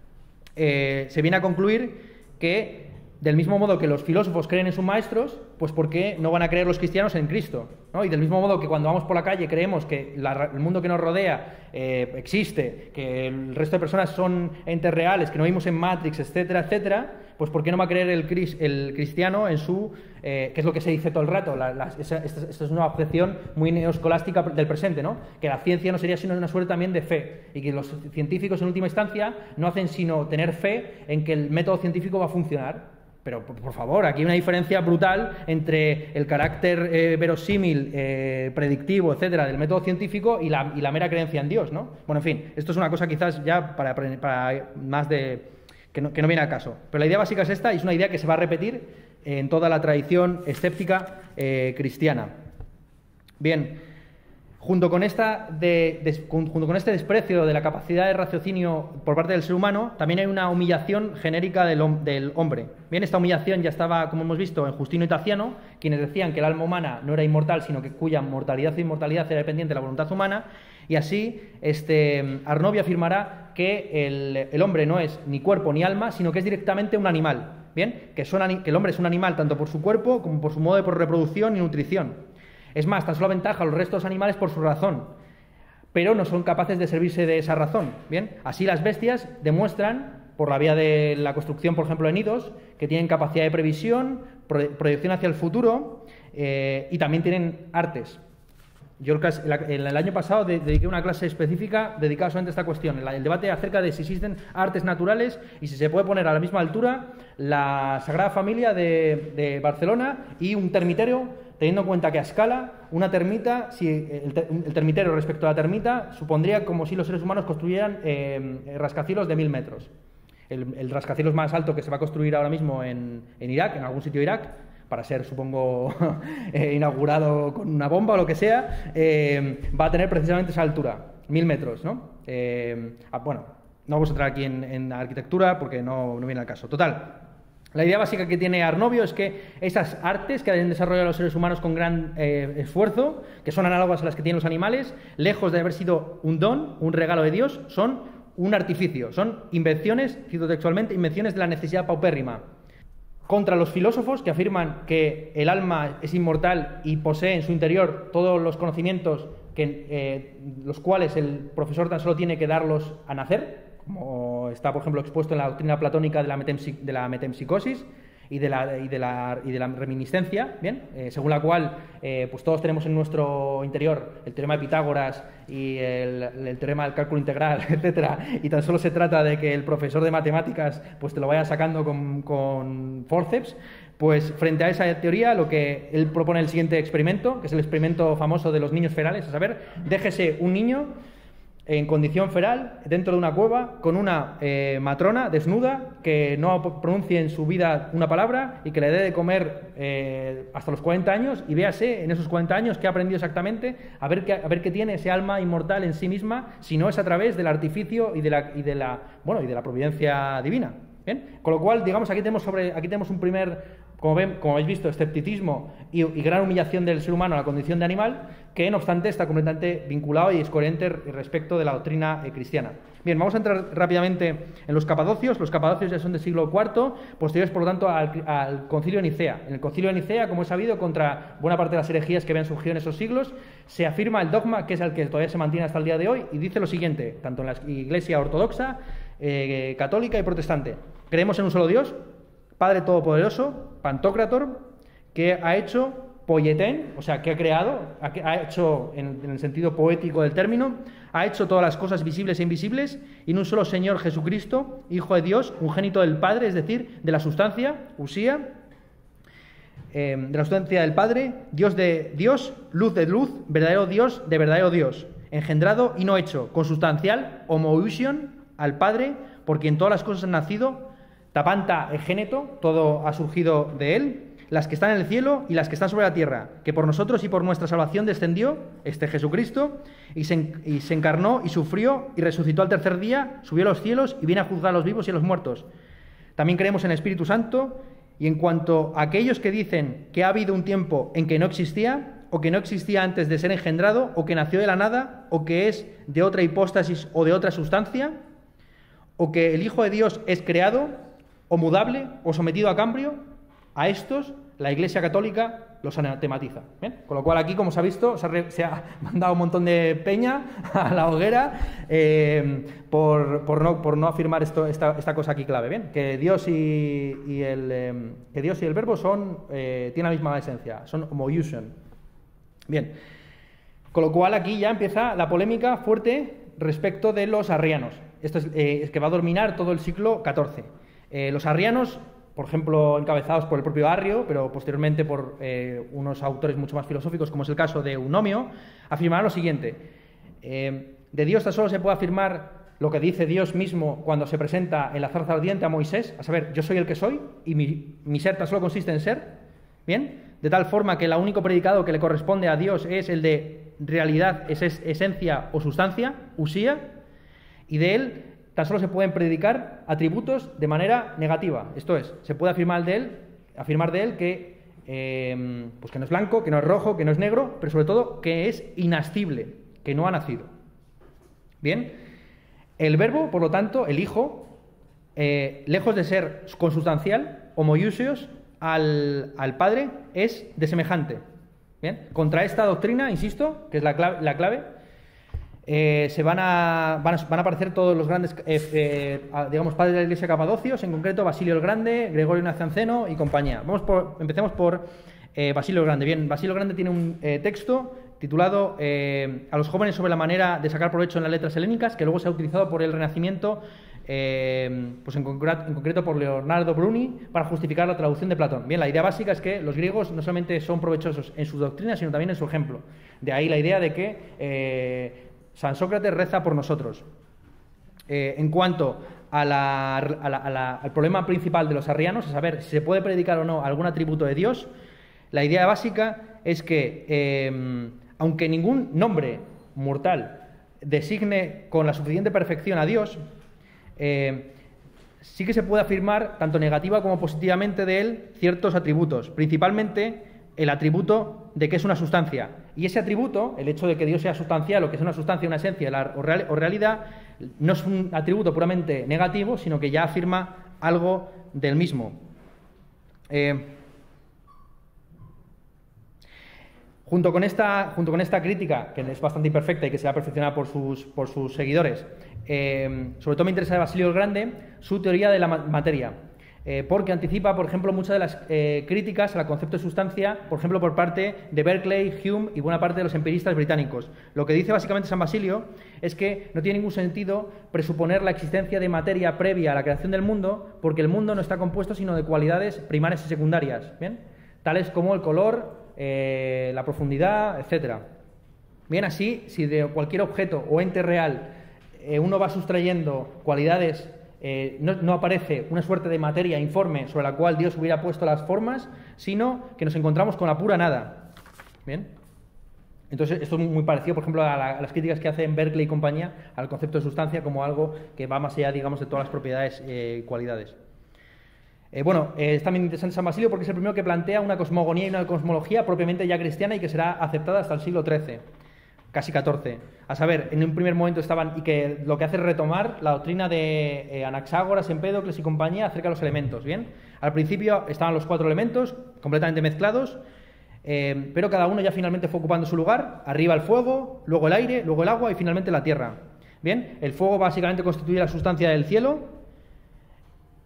Speaker 1: se viene a concluir que, del mismo modo que los filósofos creen en sus maestros, pues ¿por qué no van a creer los cristianos en Cristo? ¿No? Y del mismo modo que cuando vamos por la calle creemos que el mundo que nos rodea existe, que el resto de personas son entes reales, que no vivimos en Matrix, etcétera, etcétera, pues ¿por qué no va a creer el cristiano en su... que es lo que se dice todo el rato? Esta es una objeción muy neoescolástica del presente, ¿no? Que la ciencia no sería sino una suerte también de fe, y que los científicos en última instancia no hacen sino tener fe en que el método científico va a funcionar. Pero, por favor, aquí hay una diferencia brutal entre el carácter verosímil, predictivo, etcétera, del método científico y la mera creencia en Dios, ¿no? Bueno, en fin, esto es una cosa quizás ya para más de... que no viene al caso. Pero la idea básica es esta, y es una idea que se va a repetir en toda la tradición escéptica cristiana. Bien, junto con este desprecio de la capacidad de raciocinio por parte del ser humano, también hay una humillación genérica del hombre. Bien, esta humillación ya estaba, como hemos visto, en Justino y Taciano, quienes decían que el alma humana no era inmortal, sino que cuya mortalidad e inmortalidad era dependiente de la voluntad humana, y así Arnovio afirmará que el hombre no es ni cuerpo ni alma, sino que es directamente un animal. Bien, que el hombre es un animal tanto por su cuerpo como por su modo de reproducción y nutrición. Es más, tan solo aventaja a los restos animales por su razón, pero no son capaces de servirse de esa razón. Bien, así las bestias demuestran, por la vía de la construcción, por ejemplo, de nidos, que tienen capacidad de previsión, proyección hacia el futuro y también tienen artes. Yo el año pasado dediqué una clase específica dedicada solamente a esta cuestión, el debate acerca de si existen artes naturales y si se puede poner a la misma altura la Sagrada Familia de Barcelona y un termitero, teniendo en cuenta que a escala una termita, si el termitero respecto a la termita, supondría como si los seres humanos construyeran rascacielos de 1000 metros. El rascacielos más alto que se va a construir ahora mismo en Irak, en algún sitio de Irak, para ser, supongo, inaugurado con una bomba o lo que sea, va a tener precisamente esa altura, 1000 metros, ¿no? Bueno, no vamos a entrar aquí en arquitectura porque no viene al caso. Total, la idea básica que tiene Arnovio es que esas artes que han desarrollado los seres humanos con gran esfuerzo, que son análogas a las que tienen los animales, lejos de haber sido un don, un regalo de Dios, son un artificio, son invenciones, cito textualmente, invenciones de la necesidad paupérrima. Contra los filósofos que afirman que el alma es inmortal y posee en su interior todos los conocimientos los cuales el profesor tan solo tiene que darlos a nacer, como está, por ejemplo, expuesto en la doctrina platónica de la metempsicosis y de la reminiscencia, ¿bien? Según la cual pues todos tenemos en nuestro interior el teorema de Pitágoras y el teorema del cálculo integral, etcétera, y tan solo se trata de que el profesor de matemáticas pues te lo vaya sacando con forceps. Pues frente a esa teoría, lo que él propone el siguiente experimento, que es el experimento famoso de los niños ferales, a saber, déjese un niño en condición feral dentro de una cueva con una matrona desnuda que no pronuncie en su vida una palabra y que le dé de comer hasta los 40 años, y véase en esos 40 años qué ha aprendido exactamente, a ver qué tiene ese alma inmortal en sí misma, si no es a través del artificio y de la providencia divina. ¿Bien? Con lo cual, digamos, aquí tenemos un primer, como habéis visto, escepticismo y gran humillación del ser humano a la condición de animal, que no obstante está completamente vinculado y es coherente respecto de la doctrina cristiana. Bien, vamos a entrar rápidamente en los capadocios. Los capadocios ya son del siglo IV, posteriores por lo tanto al Concilio de Nicea. En el Concilio de Nicea, como es sabido, contra buena parte de las herejías que habían surgido en esos siglos, se afirma el dogma, que es el que todavía se mantiene hasta el día de hoy, y dice lo siguiente, tanto en la Iglesia ortodoxa, católica y protestante: creemos en un solo Dios, Padre Todopoderoso, Pantocrator, que ha hecho poietén, o sea, que ha creado, ha hecho, en el sentido poético del término, ha hecho todas las cosas visibles e invisibles, y en un solo Señor Jesucristo, Hijo de Dios, ungénito del Padre, es decir, de la sustancia, usía, de la sustancia del Padre, Dios de Dios, luz de luz, verdadero Dios de verdadero Dios, engendrado y no hecho, consubstancial, homoousion al Padre, por quien todas las cosas han nacido, tapanta egéneto, todo ha surgido de él, las que están en el cielo y las que están sobre la tierra, que por nosotros y por nuestra salvación descendió, Jesucristo, y se encarnó y sufrió y resucitó al tercer día, subió a los cielos y viene a juzgar a los vivos y a los muertos. También creemos en el Espíritu Santo, y en cuanto a aquellos que dicen que ha habido un tiempo en que no existía, o que no existía antes de ser engendrado, o que nació de la nada, o que es de otra hipóstasis o de otra sustancia, o que el Hijo de Dios es creado, o mudable, o sometido a cambio, a estos la Iglesia Católica los anatematiza. ¿Bien? Con lo cual aquí, como se ha visto, se ha mandado un montón de peña a la hoguera por no afirmar esta cosa aquí clave. ¿Bien? Que Dios y el Verbo tienen la misma esencia, son homoousion. Bien. Con lo cual aquí ya empieza la polémica fuerte respecto de los arrianos. Esto es que va a dominar todo el siglo XIV. Los arrianos, por ejemplo, encabezados por el propio Arrio, pero posteriormente por unos autores mucho más filosóficos, como es el caso de Eunomio, afirmarán lo siguiente. De Dios tan solo se puede afirmar lo que dice Dios mismo cuando se presenta en la zarza ardiente a Moisés, a saber, yo soy el que soy y mi ser tan solo consiste en ser, ¿bien? De tal forma que el único predicado que le corresponde a Dios es el de realidad, esencia o sustancia, usía, y de él tan solo se pueden predicar atributos de manera negativa. Esto es, se puede afirmar de él que, pues que no es blanco, que no es rojo, que no es negro, pero sobre todo que es inascible, que no ha nacido. Bien, el Verbo, por lo tanto, el Hijo, lejos de ser consubstancial, homoiousios al Padre, es desemejante. Bien, contra esta doctrina, insisto, que es la clave, van a aparecer todos los grandes, digamos, padres de la Iglesia capadocios, en concreto Basilio el Grande, Gregorio Nacianceno y compañía. Empecemos por Basilio el Grande. Bien, Basilio el Grande tiene un texto titulado A los jóvenes sobre la manera de sacar provecho en las letras helénicas, que luego se ha utilizado por el Renacimiento, pues en concreto por Leonardo Bruni, para justificar la traducción de Platón. Bien, la idea básica es que los griegos no solamente son provechosos en sus doctrinas, sino también en su ejemplo. De ahí la idea de que San Sócrates reza por nosotros. En cuanto al problema principal de los arrianos, a saber si se puede predicar o no algún atributo de Dios, la idea básica es que, aunque ningún nombre mortal designe con la suficiente perfección a Dios, sí que se puede afirmar, tanto negativa como positivamente de él, ciertos atributos, principalmente el atributo de que es una sustancia. Y ese atributo, el hecho de que Dios sea sustancial o que sea una sustancia, una esencia o realidad, no es un atributo puramente negativo, sino que ya afirma algo del mismo. Junto con esta crítica, que es bastante imperfecta y que se va a perfeccionar por sus seguidores, sobre todo me interesa de Basilio el Grande su teoría de la materia. Porque anticipa, por ejemplo, muchas de las críticas al concepto de sustancia, por ejemplo, por parte de Berkeley, Hume y buena parte de los empiristas británicos. Lo que dice básicamente San Basilio es que no tiene ningún sentido presuponer la existencia de materia previa a la creación del mundo, porque el mundo no está compuesto sino de cualidades primarias y secundarias, ¿bien? Tales como el color, la profundidad, etc. Bien, así, si de cualquier objeto o ente real uno va sustrayendo cualidades, no aparece una suerte de materia informe sobre la cual Dios hubiera puesto las formas, sino que nos encontramos con la pura nada. ¿Bien? Entonces, esto es muy parecido, por ejemplo, a las críticas que hacen Berkeley y compañía al concepto de sustancia como algo que va más allá, digamos, de todas las propiedades y cualidades. Es también interesante San Basilio porque es el primero que plantea una cosmogonía y una cosmología propiamente ya cristiana y que será aceptada hasta el siglo XIII. Casi XIV. A saber, en un primer momento y que lo que hace es retomar la doctrina de Anaxágoras, Empédocles y compañía acerca de los elementos, ¿bien? Al principio estaban los 4 elementos completamente mezclados, pero cada uno ya finalmente fue ocupando su lugar. Arriba el fuego, luego el aire, luego el agua y finalmente la tierra. Bien, el fuego básicamente constituye la sustancia del cielo,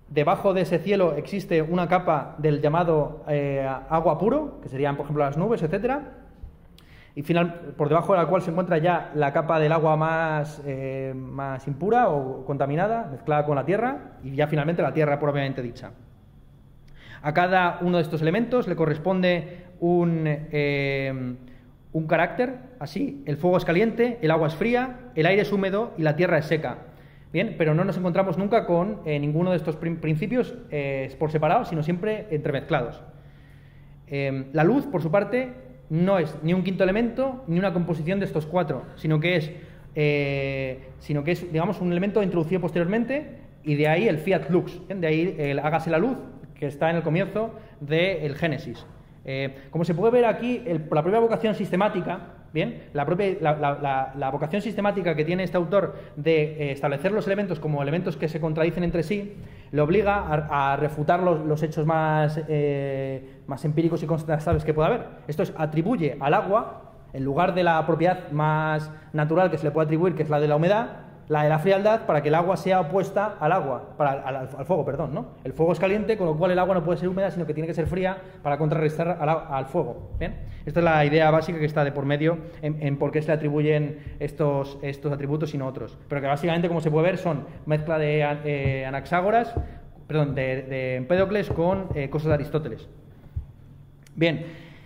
Speaker 1: debajo de ese cielo existe una capa del llamado agua puro, que serían, por ejemplo, las nubes, etcétera, y por debajo de la cual se encuentra ya la capa del agua más impura o contaminada, mezclada con la tierra, y ya finalmente la tierra propiamente dicha. A cada uno de estos elementos le corresponde un carácter, así: el fuego es caliente, el agua es fría, el aire es húmedo y la tierra es seca. Bien, pero no nos encontramos nunca con ninguno de estos principios por separado, sino siempre entremezclados. La luz, por su parte, no es ni un quinto elemento ni una composición de estos cuatro, sino que es, digamos, un elemento introducido posteriormente, y de ahí el fiat lux, ¿bien? De ahí el hágase la luz, que está en el comienzo del Génesis. Como se puede ver aquí, la propia vocación sistemática, ¿bien? La vocación sistemática que tiene este autor de establecer los elementos como elementos que se contradicen entre sí, le obliga a refutar los hechos más empíricos y contrastables que pueda haber. Esto atribuye al agua, en lugar de la propiedad más natural que se le puede atribuir, que es la de la humedad, la de la frialdad, para que el agua sea opuesta al fuego, perdón, ¿no? El fuego es caliente, con lo cual el agua no puede ser húmeda, sino que tiene que ser fría para contrarrestar al fuego. ¿Bien? Esta es la idea básica que está de por medio en por qué se le atribuyen estos atributos y no otros. Pero que básicamente, como se puede ver, son mezcla de Anaxágoras, perdón, de Empédocles con cosas de Aristóteles. Bien.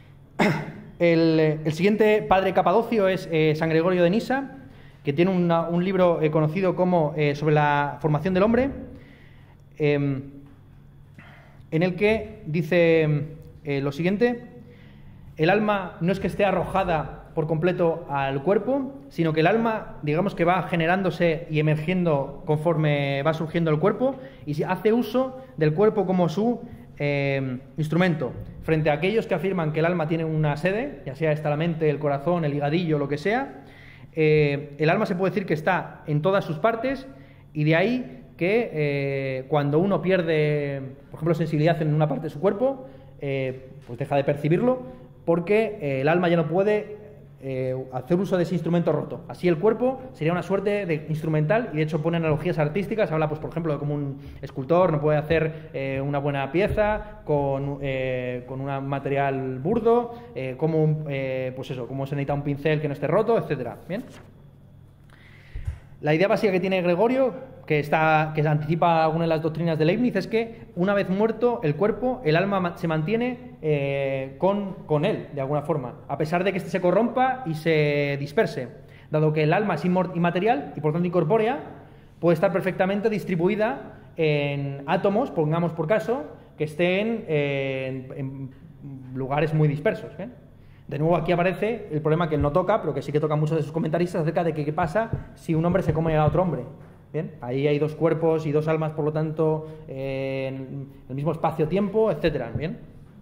Speaker 1: El siguiente padre capadocio es San Gregorio de Nisa, que tiene un libro conocido como sobre la formación del hombre, en el que dice lo siguiente: el alma no es que esté arrojada por completo al cuerpo, sino que el alma, digamos, que va generándose y emergiendo conforme va surgiendo el cuerpo, y hace uso del cuerpo como su instrumento, frente a aquellos que afirman que el alma tiene una sede, ya sea esta la mente, el corazón, el higadillo, lo que sea. El alma se puede decir que está en todas sus partes, y de ahí que cuando uno pierde, por ejemplo, sensibilidad en una parte de su cuerpo, pues deja de percibirlo, porque el alma ya no puede hacer uso de ese instrumento roto. Así el cuerpo sería una suerte de instrumental, y de hecho pone analogías artísticas. Habla, pues, por ejemplo, de cómo un escultor no puede hacer una buena pieza con un material burdo, pues eso, cómo se necesita un pincel que no esté roto, etcétera. Bien. La idea básica que tiene Gregorio, que anticipa alguna de las doctrinas de Leibniz, es que una vez muerto el cuerpo, el alma se mantiene con él, de alguna forma, a pesar de que éste se corrompa y se disperse. Dado que el alma es inmaterial y por tanto incorpórea, puede estar perfectamente distribuida en átomos, pongamos por caso, que estén en lugares muy dispersos. ¿Bien? De nuevo aquí aparece el problema que él no toca, pero que sí que toca muchos de sus comentaristas, acerca de qué pasa si un hombre se come a otro hombre. ¿Bien? Ahí hay dos cuerpos y dos almas, por lo tanto, en el mismo espacio-tiempo, etcétera. ¿Bien?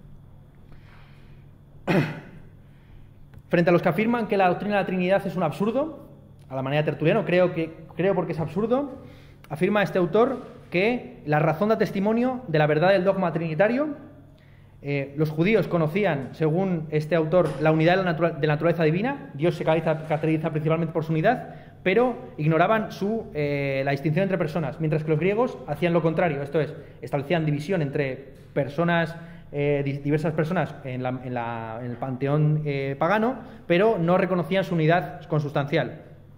Speaker 1: Frente a los que afirman que la doctrina de la Trinidad es un absurdo, a la manera de Tertuliano, creo porque es absurdo, afirma este autor que la razón da testimonio de la verdad del dogma trinitario. Los judíos conocían, según este autor, la unidad de la naturaleza divina. Dios se caracteriza principalmente por su unidad, pero ignoraban la distinción entre personas, mientras que los griegos hacían lo contrario, esto es, establecían división entre personas, diversas personas en el panteón pagano, pero no reconocían su unidad consustancial.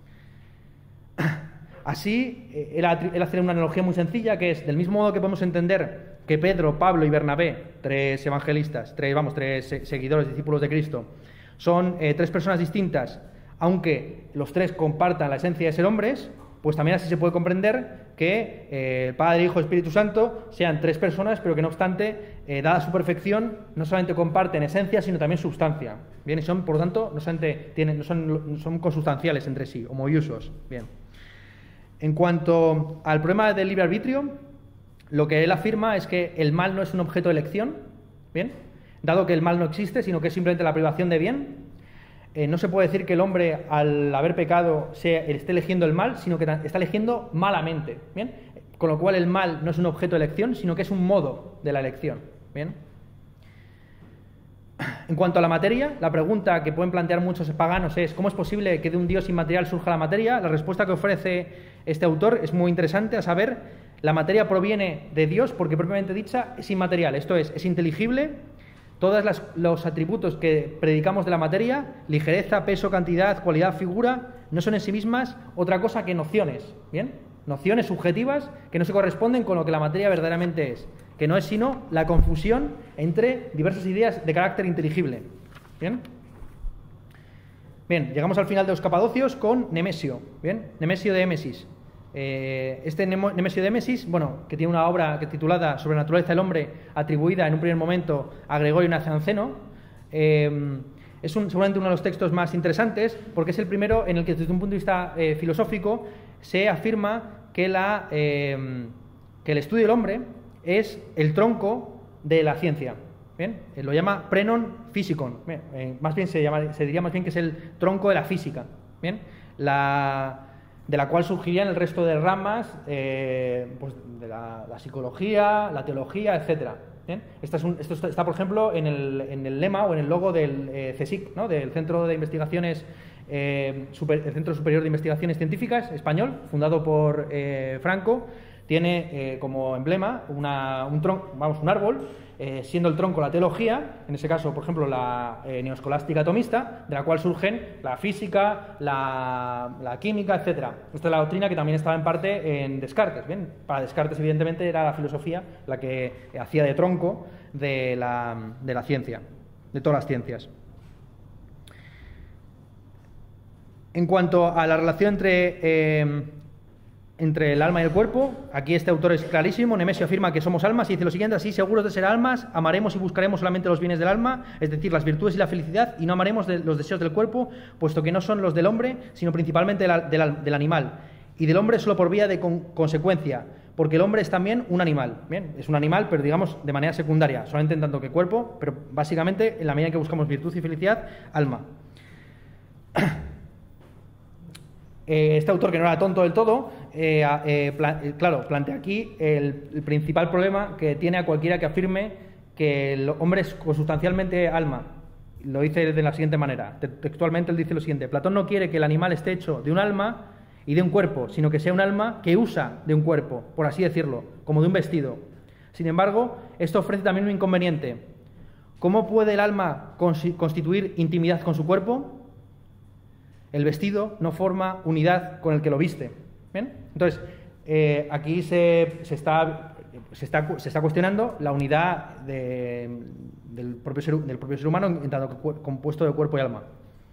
Speaker 1: Así, él hace una analogía muy sencilla, que es, del mismo modo que podemos entender que Pedro, Pablo y Bernabé, tres evangelistas, tres seguidores, discípulos de Cristo, son tres personas distintas, aunque los tres compartan la esencia de ser hombres, pues también así se puede comprender que el Padre, Hijo y Espíritu Santo sean tres personas, pero que no obstante, dada su perfección, no solamente comparten esencia, sino también sustancia. Bien, y son, por lo tanto, son consustanciales entre sí, homoiusos. Bien. En cuanto al problema del libre arbitrio, lo que él afirma es que el mal no es un objeto de elección, ¿bien? Dado que el mal no existe, sino que es simplemente la privación de bien. No se puede decir que el hombre, al haber pecado, esté eligiendo el mal, sino que está eligiendo malamente, ¿bien? Con lo cual el mal no es un objeto de elección, sino que es un modo de la elección, ¿bien? En cuanto a la materia, la pregunta que pueden plantear muchos paganos es: ¿cómo es posible que de un Dios inmaterial surja la materia? La respuesta que ofrece este autor es muy interesante, a saber, La materia proviene de Dios porque propiamente dicha es inmaterial, esto es inteligible. Todos los atributos que predicamos de la materia, ligereza, peso, cantidad, cualidad, figura, no son en sí mismas otra cosa que nociones, ¿bien? Nociones subjetivas que no se corresponden con lo que la materia verdaderamente es, que no es sino la confusión entre diversas ideas de carácter inteligible, ¿bien? Bien, llegamos al final de los Capadocios con Nemesio, ¿bien? Nemesio de Émesis. Nemesio de Émesis, bueno, que tiene una obra titulada Sobre la naturaleza del hombre, atribuida en un primer momento a Gregorio Nacianceno, es seguramente uno de los textos más interesantes, porque es el primero en el que desde un punto de vista filosófico se afirma que el estudio del hombre es el tronco de la ciencia. ¿Bien? Lo llama prenon physicon. Más bien se diría más bien que es el tronco de la física. ¿Bien? De la cual surgirían el resto de ramas pues de la psicología, la teología, etcétera. ¿Bien? Esto está, por ejemplo, en el lema o en el logo del CSIC, ¿no? Del Centro de Investigaciones, el Centro Superior de Investigaciones Científicas español, fundado por Franco. Tiene como emblema un árbol, siendo el tronco la teología, en ese caso, por ejemplo, la neoescolástica atomista, de la cual surgen la física, la química, etcétera. Esta es la doctrina que también estaba en parte en Descartes. ¿Bien? Para Descartes, evidentemente, era la filosofía la que hacía de tronco de la ciencia, de todas las ciencias. En cuanto a la relación entre el alma y el cuerpo, aquí este autor es clarísimo. Nemesio afirma que somos almas y dice lo siguiente: así, seguros de ser almas, amaremos y buscaremos solamente los bienes del alma, es decir, las virtudes y la felicidad, y no amaremos los deseos del cuerpo, puesto que no son los del hombre, sino principalmente del animal, y del hombre solo por vía de consecuencia, porque el hombre es también un animal. Bien, es un animal, pero digamos de manera secundaria, solamente en tanto que cuerpo, pero básicamente en la medida en que buscamos virtud y felicidad, alma. Este autor, que no era tonto del todo, plantea aquí el principal problema que tiene a cualquiera que afirme que el hombre es consustancialmente alma. Lo dice de la siguiente manera, textualmente él dice lo siguiente: Platón no quiere que el animal esté hecho de un alma y de un cuerpo, sino que sea un alma que usa de un cuerpo, por así decirlo, como de un vestido. Sin embargo, esto ofrece también un inconveniente. ¿Cómo puede el alma constituir intimidad con su cuerpo? El vestido no forma unidad con el que lo viste. ¿Bien? Entonces, aquí se está cuestionando la unidad del propio ser humano en tanto que compuesto de cuerpo y alma.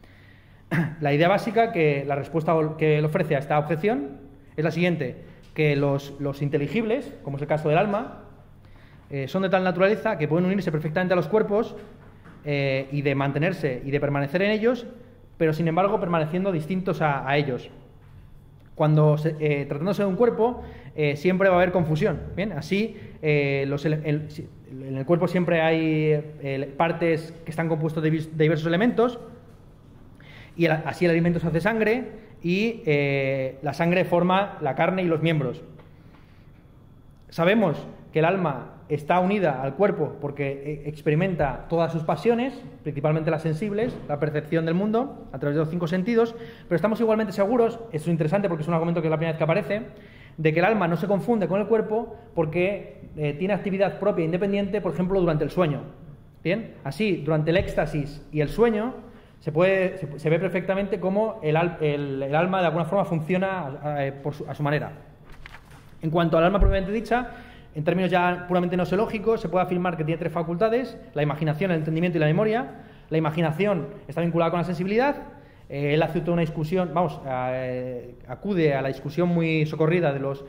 Speaker 1: La idea básica, la respuesta que él ofrece a esta objeción es la siguiente: que los inteligibles, como es el caso del alma, son de tal naturaleza que pueden unirse perfectamente a los cuerpos y de mantenerse y de permanecer en ellos, pero sin embargo permaneciendo distintos a ellos. Cuando tratándose de un cuerpo, siempre va a haber confusión. ¿Bien? Así, en el cuerpo siempre hay partes que están compuestos de diversos elementos, y así el alimento se hace sangre, y la sangre forma la carne y los miembros. Sabemos que el alma está unida al cuerpo porque experimenta todas sus pasiones, principalmente las sensibles, la percepción del mundo a través de los 5 sentidos, pero estamos igualmente seguros, esto es interesante porque es un argumento que es la primera vez que aparece, de que el alma no se confunde con el cuerpo porque tiene actividad propia e independiente, por ejemplo, durante el sueño. ¿Bien? Así, durante el éxtasis y el sueño se ve perfectamente cómo el alma de alguna forma funciona a su manera. En cuanto al alma propiamente dicha, en términos ya puramente gnosiológicos, se puede afirmar que tiene 3 facultades: la imaginación, el entendimiento y la memoria. La imaginación está vinculada con la sensibilidad. Él hace toda una discusión, acude a la discusión muy socorrida de los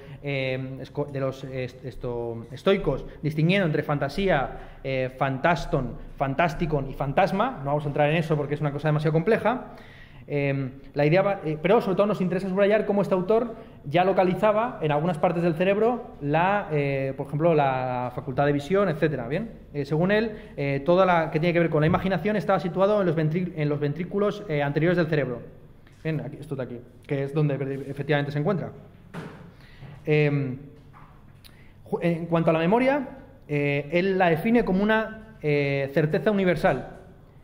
Speaker 1: estoicos, distinguiendo entre fantasía, fantaston, fantasticon y fantasma. No vamos a entrar en eso porque es una cosa demasiado compleja. La idea pero sobre todo nos interesa subrayar cómo este autor ya localizaba en algunas partes del cerebro por ejemplo, la facultad de visión, etcétera. Bien, según él, toda la que tiene que ver con la imaginación estaba situado en los ventrículos anteriores del cerebro. Bien, esto de aquí, que es donde efectivamente se encuentra. En cuanto a la memoria, él la define como una certeza universal.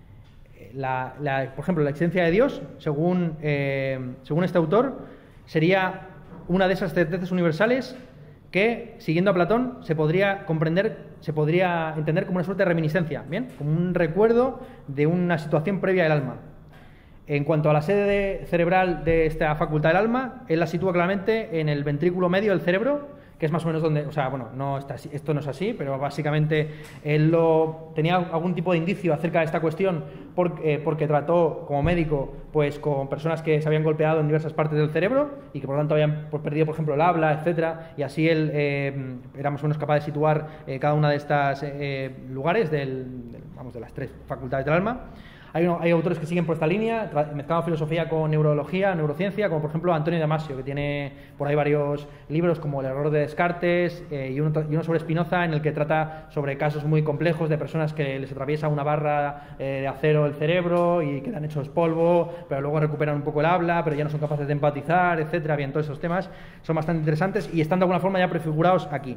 Speaker 1: Por ejemplo, la existencia de Dios, según este autor, sería una de esas certezas universales que, siguiendo a Platón, se podría entender como una suerte de reminiscencia, ¿bien? Como un recuerdo de una situación previa del alma. En cuanto a la sede cerebral de esta facultad del alma, él la sitúa claramente en el ventrículo medio del cerebro, que es más o menos donde, o sea, bueno, no está así, esto no es así, pero básicamente él tenía algún tipo de indicio acerca de esta cuestión porque trató como médico pues con personas que se habían golpeado en diversas partes del cerebro y que por lo tanto habían perdido, por ejemplo, el habla, etcétera, y así él era más o menos capaz de situar cada una de estas lugares de las 3 facultades del alma. Hay autores que siguen por esta línea, mezclando filosofía con neurología, neurociencia, como por ejemplo Antonio Damasio, que tiene por ahí varios libros como El error de Descartes y uno sobre Spinoza, en el que trata sobre casos muy complejos de personas que les atraviesa una barra de acero el cerebro y quedan hechos polvo, pero luego recuperan un poco el habla, pero ya no son capaces de empatizar, etcétera. Bien, todos esos temas son bastante interesantes y están de alguna forma ya prefigurados aquí.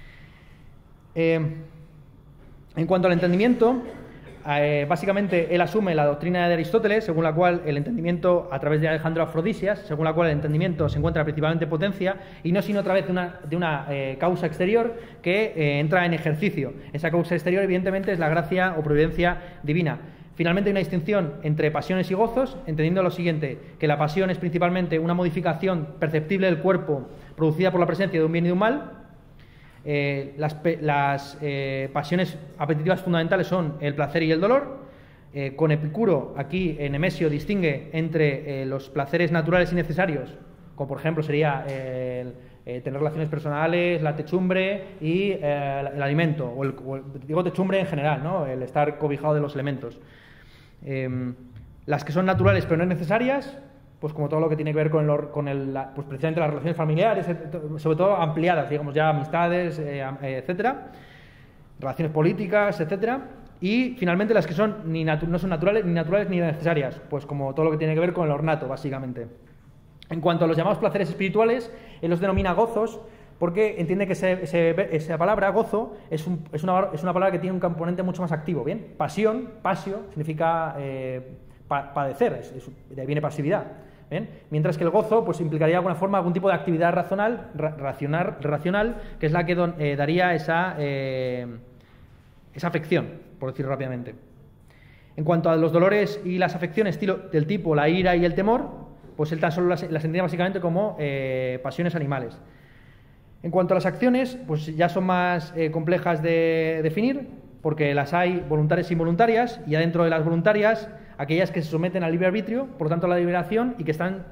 Speaker 1: En cuanto al entendimiento, básicamente él asume la doctrina de Aristóteles, según la cual el entendimiento, a través de Alejandro Afrodisias, según la cual el entendimiento se encuentra principalmente en potencia y no sino a través de una causa exterior que entra en ejercicio. Esa causa exterior, evidentemente, es la gracia o providencia divina. Finalmente hay una distinción entre pasiones y gozos, entendiendo lo siguiente, que la pasión es principalmente una modificación perceptible del cuerpo producida por la presencia de un bien y de un mal. Las pasiones apetitivas fundamentales son el placer y el dolor. Con Epicuro, aquí en Nemesio distingue entre los placeres naturales y necesarios, como por ejemplo sería tener relaciones personales, la techumbre y el alimento, digo techumbre en general, ¿no? El estar cobijado de los elementos. Las que son naturales pero no necesarias, pues como todo lo que tiene que ver pues precisamente las relaciones familiares, sobre todo ampliadas, digamos ya amistades, etcétera, relaciones políticas, etcétera, y finalmente las que no son naturales ni necesarias, pues como todo lo que tiene que ver con el ornato, básicamente. En cuanto a los llamados placeres espirituales, él los denomina gozos, porque entiende que esa palabra, gozo, es una palabra que tiene un componente mucho más activo, ¿bien? Pasio, significa padecer, de ahí viene pasividad. ¿Bien? Mientras que el gozo pues implicaría de alguna forma algún tipo de actividad racional, que es la que daría esa afección, por decirlo rápidamente. En cuanto a los dolores y las afecciones del tipo la ira y el temor, pues él tan solo las entendía básicamente como pasiones animales. En cuanto a las acciones, pues ya son más complejas de definir, porque las hay voluntarias e involuntarias, y adentro de las voluntarias aquellas que se someten al libre arbitrio, por lo tanto a la liberación, y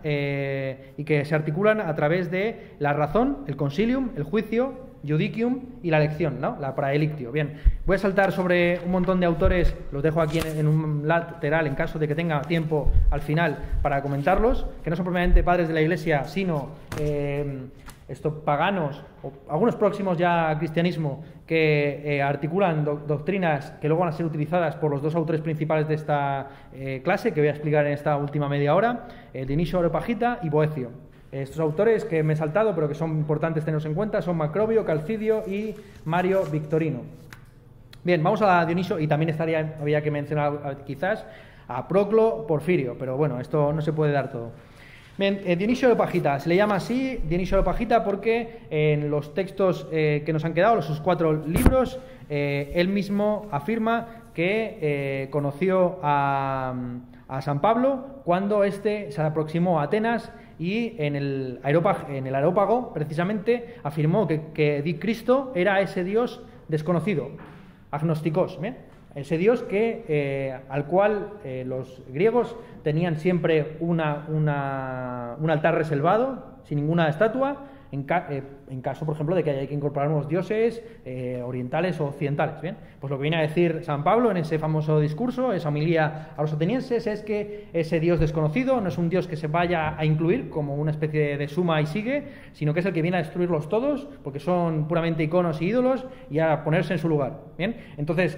Speaker 1: que se articulan a través de la razón, el consilium, el juicio, judicium y la elección, ¿no? La praelectio. Bien, voy a saltar sobre un montón de autores, los dejo aquí en un lateral en caso de que tenga tiempo al final para comentarlos, que no son propiamente padres de la Iglesia, sino paganos, o algunos próximos ya al cristianismo, que articulan doctrinas que luego van a ser utilizadas por los 2 autores principales de esta clase, que voy a explicar en esta última media hora, Dionisio Areopagita y Boecio. Estos autores que me he saltado, pero que son importantes tenerlos en cuenta, son Macrobio, Calcidio y Mario Victorino. Bien, vamos a Dionisio, y también había que mencionar quizás a Proclo, Porfirio, pero bueno, esto no se puede dar todo. Bien, Dionisio Areopagita, se le llama así Dionisio Areopagita porque en los textos que nos han quedado, sus 4 libros, él mismo afirma que conoció a San Pablo cuando éste se aproximó a Atenas y en el Areópago precisamente afirmó que Cristo era ese Dios desconocido, agnosticos, ¿bien? Ese Dios al cual los griegos tenían siempre un altar reservado, sin ninguna estatua, en caso, por ejemplo, de que haya que incorporar unos dioses orientales o occidentales. ¿Bien? Pues lo que viene a decir San Pablo en ese famoso discurso, esa homilía a los atenienses, es que ese Dios desconocido no es un Dios que se vaya a incluir como una especie de suma y sigue, sino que es el que viene a destruirlos todos, porque son puramente iconos y ídolos, y a ponerse en su lugar. ¿Bien? Entonces,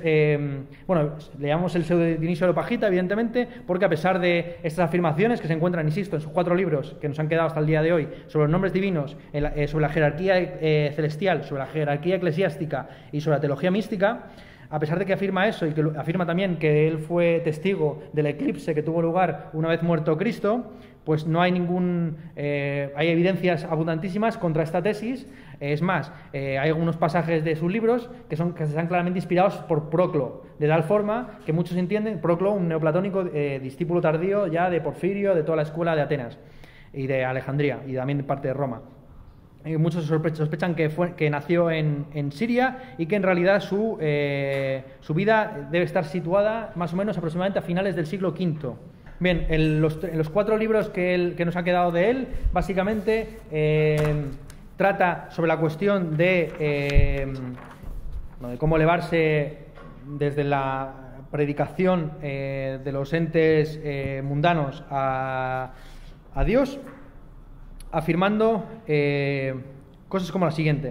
Speaker 1: le llamamos el pseudo Dionisio Areopagita, evidentemente, porque a pesar de estas afirmaciones que se encuentran, insisto, en sus 4 libros que nos han quedado hasta el día de hoy, sobre los nombres divinos, sobre la jerarquía celestial, sobre la jerarquía eclesiástica y sobre la teología mística, a pesar de que afirma eso y que afirma también que él fue testigo del eclipse que tuvo lugar una vez muerto Cristo, pues no hay hay evidencias abundantísimas contra esta tesis. Es más, hay algunos pasajes de sus libros que están claramente inspirados por Proclo, de tal forma que muchos entienden, Proclo, un neoplatónico discípulo tardío ya de Porfirio, de toda la escuela de Atenas y de Alejandría y también de parte de Roma. Muchos sospechan que nació en Siria y que en realidad su vida debe estar situada más o menos aproximadamente a finales del siglo V. Bien, en los 4 libros que nos han quedado de él, básicamente trata sobre la cuestión de cómo elevarse desde la predicación de los entes mundanos a Dios, afirmando cosas como la siguiente.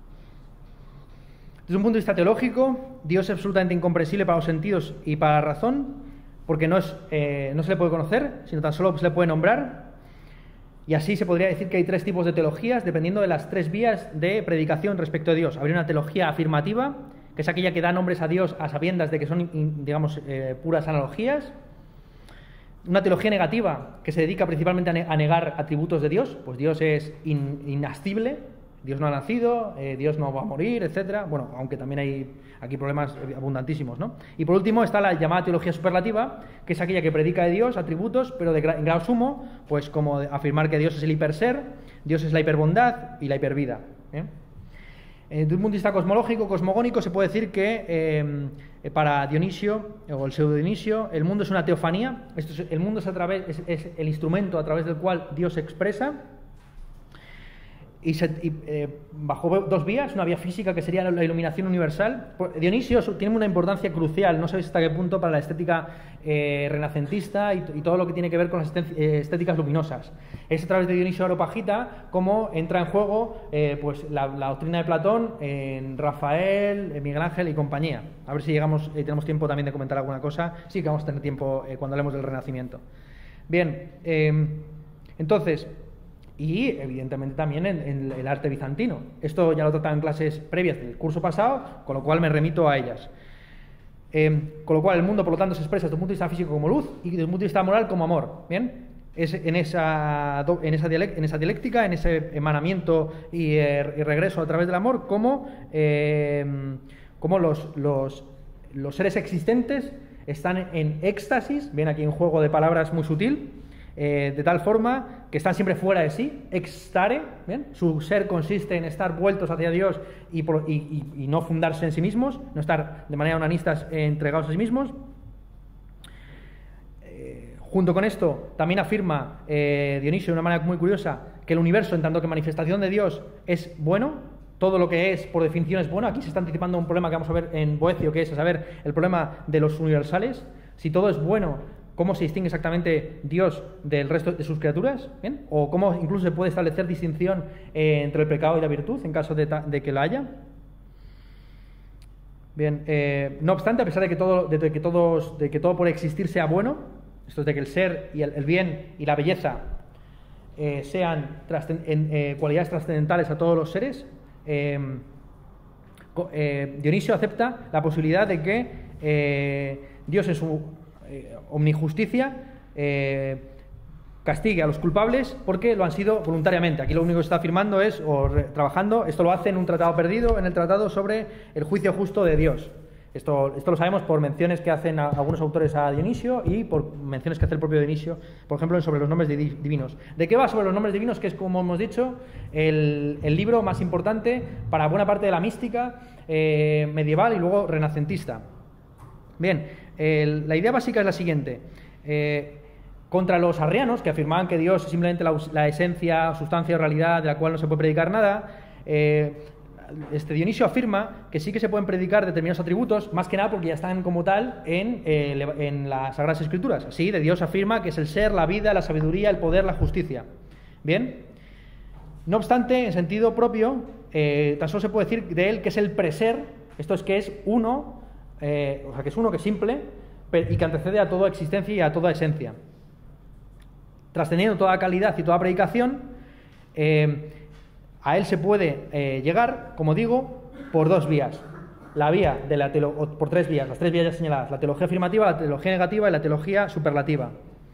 Speaker 1: Desde un punto de vista teológico, Dios es absolutamente incomprensible para los sentidos y para la razón, porque no se le puede conocer, sino tan solo se le puede nombrar. Y así se podría decir que hay 3 tipos de teologías, dependiendo de las 3 vías de predicación respecto a Dios. Habría una teología afirmativa, que es aquella que da nombres a Dios a sabiendas de que son, digamos, puras analogías. Una teología negativa, que se dedica principalmente a negar atributos de Dios, pues Dios es innascible, Dios no ha nacido, Dios no va a morir, etcétera. Bueno, aunque también hay aquí problemas abundantísimos, ¿no? Y por último está la llamada teología superlativa, que es aquella que predica de Dios atributos, pero en grado sumo, pues como afirmar que Dios es el hiperser, Dios es la hiperbondad y la hipervida. Desde un punto de vista cosmológico, cosmogónico, se puede decir que para Dionisio, o el pseudo Dionisio, el mundo es una teofanía. El mundo es el instrumento a través del cual Dios se expresa. Y bajo 2 vías, una vía física que sería la iluminación universal. Dionisio tiene una importancia crucial, no sé hasta qué punto, para la estética renacentista y todo lo que tiene que ver con las estéticas luminosas. Es a través de Dionisio Areopagita como entra en juego pues la doctrina de Platón en Rafael, Miguel Ángel y compañía. A ver si tenemos tiempo también de comentar alguna cosa. Sí que vamos a tener tiempo cuando hablemos del Renacimiento. Bien, entonces... Y, evidentemente, también en el arte bizantino. Esto ya lo trataba en clases previas del curso pasado, con lo cual me remito a ellas. Con lo cual, el mundo, por lo tanto, se expresa desde un punto de vista físico como luz y desde un punto de vista moral como amor. ¿Bien? Es en esa dialéctica, en ese emanamiento y regreso a través del amor, como los seres existentes están en éxtasis, bien aquí un juego de palabras muy sutil, de tal forma que están siempre fuera de sí, extare, ¿bien? Su ser consiste en estar vueltos hacia Dios y no fundarse en sí mismos, no estar de manera onanistas entregados a sí mismos. Junto con esto, también afirma Dionisio de una manera muy curiosa que el universo, en tanto que manifestación de Dios, es bueno. Todo lo que es, por definición, es bueno. Aquí se está anticipando un problema que vamos a ver en Boecio, que es, a saber, el problema de los universales. Si todo es bueno, ¿cómo se distingue exactamente Dios del resto de sus criaturas? ¿Bien? O cómo incluso se puede establecer distinción entre el pecado y la virtud, en caso de que la haya. Bien, no obstante, a pesar de que todo por existir sea bueno, esto es de que el ser y el bien y la belleza sean cualidades trascendentales a todos los seres, Dionisio acepta la posibilidad de que Dios en su omnijusticia castigue a los culpables porque lo han sido voluntariamente. Aquí lo único que está afirmando es, trabajando, esto lo hace en un tratado perdido, en el tratado sobre el juicio justo de Dios. Esto lo sabemos por menciones que hacen algunos autores a Dionisio y por menciones que hace el propio Dionisio, por ejemplo, sobre los nombres divinos. ¿De qué va sobre los nombres divinos? Que es, como hemos dicho, el libro más importante para buena parte de la mística medieval y luego renacentista. Bien, la idea básica es la siguiente. Contra los arrianos, que afirmaban que Dios es simplemente la esencia, sustancia o realidad de la cual no se puede predicar nada, Dionisio afirma que sí que se pueden predicar determinados atributos, más que nada porque ya están como tal en las Sagradas Escrituras. Así, de Dios afirma que es el ser, la vida, la sabiduría, el poder, la justicia. Bien. No obstante, en sentido propio, tan solo se puede decir de él que es el preser, esto es que es uno, o sea, que es uno, que es simple, y que antecede a toda existencia y a toda esencia. Trascendiendo toda calidad y toda predicación, a él se puede llegar, como digo, por 2 vías. la vía de por tres vías, las tres vías ya señaladas: la teología afirmativa, la teología negativa y la teología superlativa.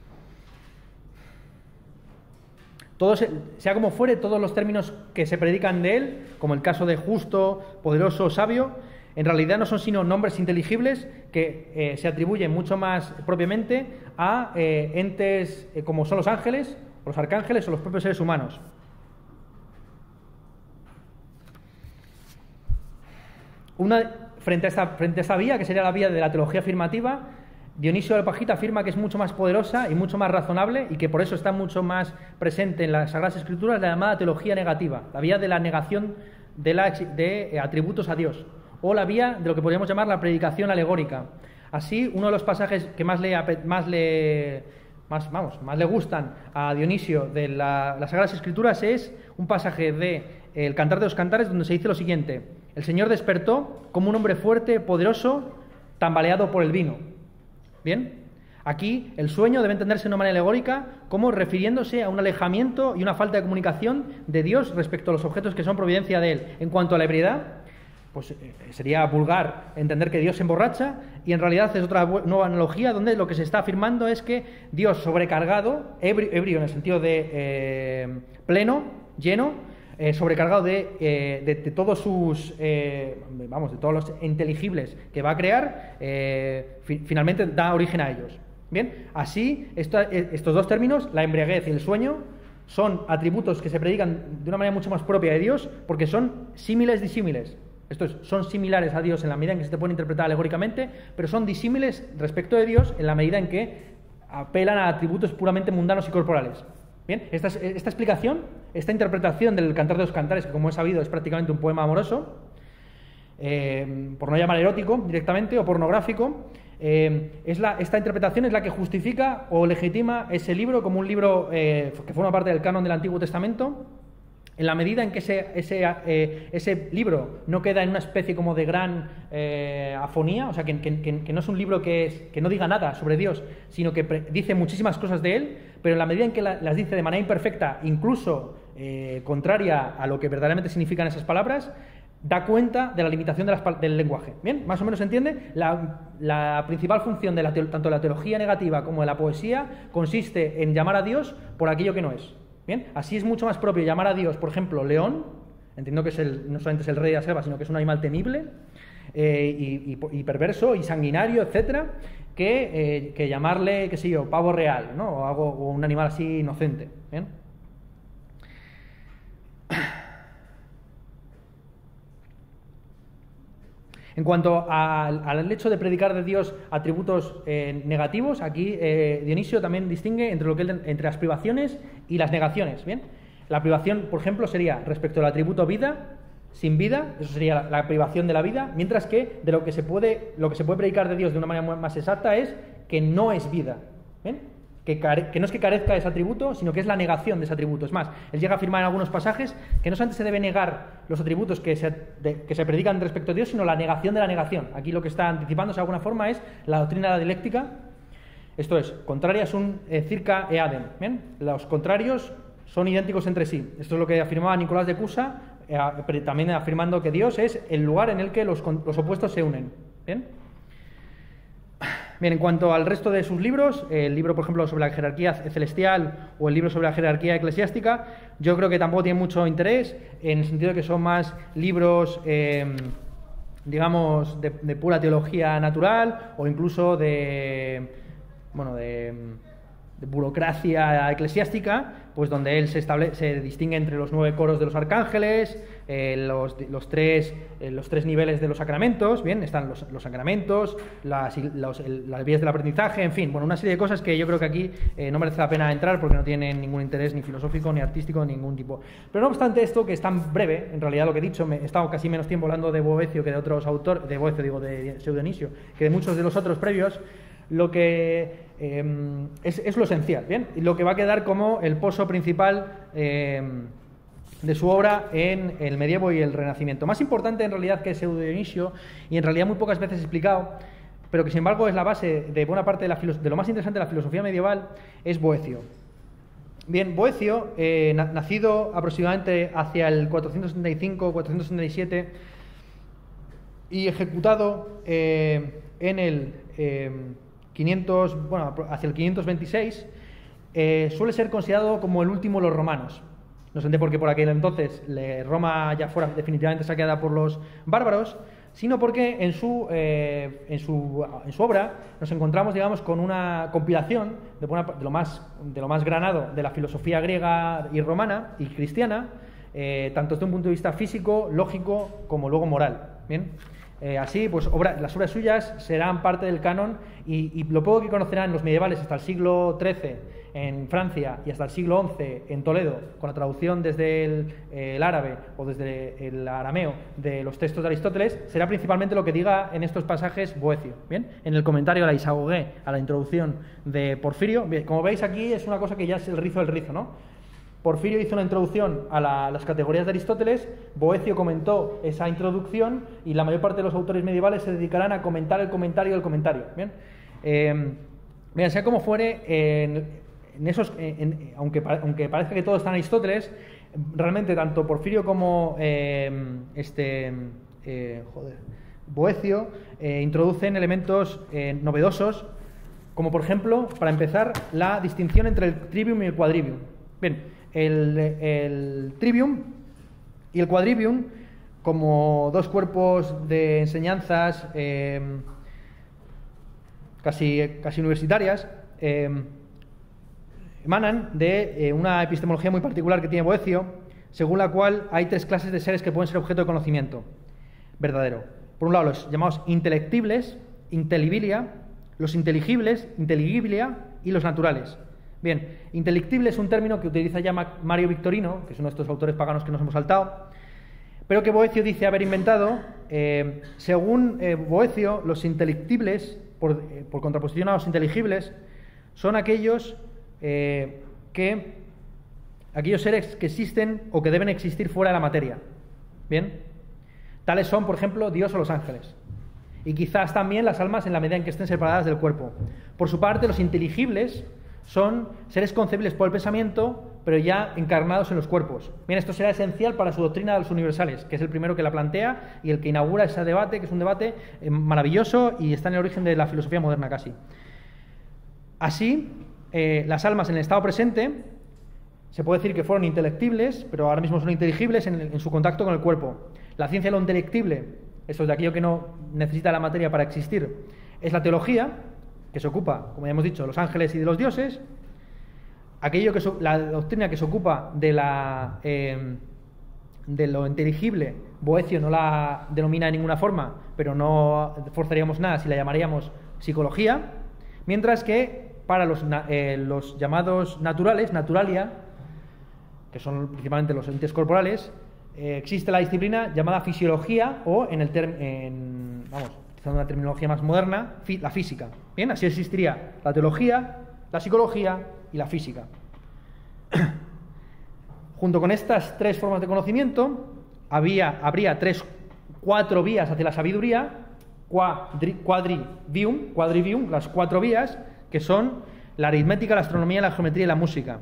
Speaker 1: Todos, sea como fuere, todos los términos que se predican de él, como el caso de justo, poderoso, sabio, en realidad no son sino nombres inteligibles que se atribuyen mucho más propiamente a entes como son los ángeles, o los arcángeles o los propios seres humanos. Frente a esta vía, que sería la vía de la teología afirmativa, Dionisio de Areópago afirma que es mucho más poderosa y mucho más razonable, y que por eso está mucho más presente en las Sagradas Escrituras, la llamada teología negativa, la vía de la negación de atributos a Dios, o la vía de lo que podríamos llamar la predicación alegórica. Así, uno de los pasajes que más le gustan a Dionisio de las Sagradas Escrituras es un pasaje de El Cantar de los Cantares, donde se dice lo siguiente: el Señor despertó como un hombre fuerte, poderoso, tambaleado por el vino. Bien, aquí el sueño debe entenderse de una manera alegórica como refiriéndose a un alejamiento y una falta de comunicación de Dios respecto a los objetos que son providencia de Él. En cuanto a la ebriedad, pues sería vulgar entender que Dios se emborracha, y en realidad es otra nueva analogía donde lo que se está afirmando es que Dios sobrecargado, ebrio en el sentido de pleno, lleno, sobrecargado de todos sus, de todos los inteligibles que va a crear, finalmente da origen a ellos. Bien, así estos dos términos, la embriaguez y el sueño, son atributos que se predican de una manera mucho más propia de Dios, porque son símiles disímiles. Esto es, son similares a Dios en la medida en que se te pueden interpretar alegóricamente, pero son disímiles respecto de Dios en la medida en que apelan a atributos puramente mundanos y corporales. Bien, esta explicación, esta interpretación del Cantar de los Cantares, que como he sabido es prácticamente un poema amoroso, por no llamar erótico directamente o pornográfico, esta interpretación es la que justifica o legitima ese libro como un libro que forma parte del canon del Antiguo Testamento, en la medida en que ese libro no queda en una especie como de gran afonía, o sea, que no es un libro que no diga nada sobre Dios, sino que dice muchísimas cosas de Él, pero en la medida en que las dice de manera imperfecta, incluso contraria a lo que verdaderamente significan esas palabras, da cuenta de la limitación del lenguaje. ¿Bien? Más o menos se entiende. La principal función de tanto de la teología negativa como de la poesía consiste en llamar a Dios por aquello que no es. Bien, así es mucho más propio llamar a Dios, por ejemplo, león, entiendo que no solamente es el rey de la selva, sino que es un animal temible y perverso y sanguinario, etcétera, que llamarle, qué sé yo, pavo real, ¿no? O un animal así inocente. ¿Bien? En cuanto al hecho de predicar de Dios atributos negativos, aquí Dionisio también distingue entre las privaciones y las negaciones. ¿Bien? La privación, por ejemplo, sería respecto al atributo vida, sin vida, eso sería la privación de la vida, mientras que lo que se puede predicar de Dios de una manera más exacta es que no es vida. ¿Bien? Que no es que carezca de ese atributo, sino que es la negación de ese atributo. Es más, él llega a afirmar en algunos pasajes que no solamente se debe negar los atributos que se predican respecto a Dios, sino la negación de la negación. Aquí lo que está anticipándose de alguna forma es la doctrina de la dialéctica. Esto es, contraria sunt circa eadem. ¿Bien? Los contrarios son idénticos entre sí. Esto es lo que afirmaba Nicolás de Cusa, también afirmando que Dios es el lugar en el que los opuestos se unen. ¿Bien? Bien, en cuanto al resto de sus libros, el libro, por ejemplo, sobre la jerarquía celestial o el libro sobre la jerarquía eclesiástica, yo creo que tampoco tiene mucho interés, en el sentido de que son más libros, digamos, de pura teología natural o incluso de burocracia eclesiástica, pues donde él se distingue entre los 9 coros de los arcángeles, los tres niveles de los sacramentos. Bien, están los sacramentos, las vías del aprendizaje, en fin, bueno, una serie de cosas que yo creo que aquí no merece la pena entrar porque no tienen ningún interés ni filosófico, ni artístico, ni ningún tipo. Pero no obstante esto, que es tan breve, en realidad lo que he dicho, he estado casi menos tiempo hablando de Boecio que de otros autores, de Pseudonysio, que de muchos de los otros previos. Lo que es lo esencial, ¿bien? Y lo que va a quedar como el pozo principal de su obra en el medievo y el Renacimiento. Más importante en realidad que Pseudo-Dionisio, y en realidad muy pocas veces explicado, pero que sin embargo es la base de buena parte de lo más interesante de la filosofía medieval, es Boecio. Bien, Boecio, nacido aproximadamente hacia el 475-477, y ejecutado en el 500, bueno, hacia el 526, suele ser considerado como el último de los romanos. No sé por qué por aquel entonces Roma ya fuera definitivamente saqueada por los bárbaros, sino porque en su obra nos encontramos, digamos, con una compilación de lo más granado de la filosofía griega y romana y cristiana, tanto desde un punto de vista físico, lógico, como luego moral. ¿Bien? Así, pues las obras suyas serán parte del canon y lo poco que conocerán los medievales hasta el siglo XIII en Francia y hasta el siglo XI en Toledo, con la traducción desde el árabe o desde el arameo de los textos de Aristóteles, será principalmente lo que diga en estos pasajes Boecio. ¿Bien? En el comentario a la Isagoge, a la introducción de Porfirio, bien, como veis aquí es una cosa que ya es el rizo del rizo, ¿no? Porfirio hizo una introducción a las categorías de Aristóteles, Boecio comentó esa introducción y la mayor parte de los autores medievales se dedicarán a comentar el comentario del comentario. ¿Bien? Bien, sea como fuere, aunque parezca que todo está en Aristóteles, realmente tanto Porfirio como Boecio introducen elementos novedosos, como por ejemplo, para empezar, la distinción entre el trivium y el quadrivium. Bien, el trivium y el quadrivium, como dos cuerpos de enseñanzas casi universitarias, emanan de una epistemología muy particular que tiene Boecio, según la cual hay tres clases de seres que pueden ser objeto de conocimiento verdadero. Por un lado, los llamados intelectibles, intellibilia, los inteligibles, intelligibilia, y los naturales. Bien, intelectible es un término que utiliza ya Mario Victorino, que es uno de estos autores paganos que nos hemos saltado, pero que Boecio dice haber inventado. Según Boecio, los intelectibles, por contraposición a los inteligibles, son aquellos seres que existen o que deben existir fuera de la materia. Bien, tales son, por ejemplo, Dios o los ángeles, y quizás también las almas en la medida en que estén separadas del cuerpo. Por su parte, los inteligibles son seres concebibles por el pensamiento, pero ya encarnados en los cuerpos. Bien, esto será esencial para su doctrina de los universales, que es el primero que la plantea y el que inaugura ese debate, que es un debate maravilloso y está en el origen de la filosofía moderna casi. Así, las almas en el estado presente se puede decir que fueron intelectibles, pero ahora mismo son inteligibles en su contacto con el cuerpo. La ciencia de lo intelectible, esto es de aquello que no necesita la materia para existir, es la teología, que se ocupa, como ya hemos dicho, de los ángeles y de los dioses. La doctrina que se ocupa de lo inteligible, Boecio no la denomina de ninguna forma, pero no forzaríamos nada si la llamaríamos psicología, mientras que para los llamados naturales, naturalia, que son principalmente los entes corporales, existe la disciplina llamada fisiología o, utilizando una terminología más moderna, la física. Bien, así existiría la teología, la psicología y la física. Junto con estas tres formas de conocimiento, habría cuatro vías hacia la sabiduría, quadrivium, las cuatro vías, que son la aritmética, la astronomía, la geometría y la música.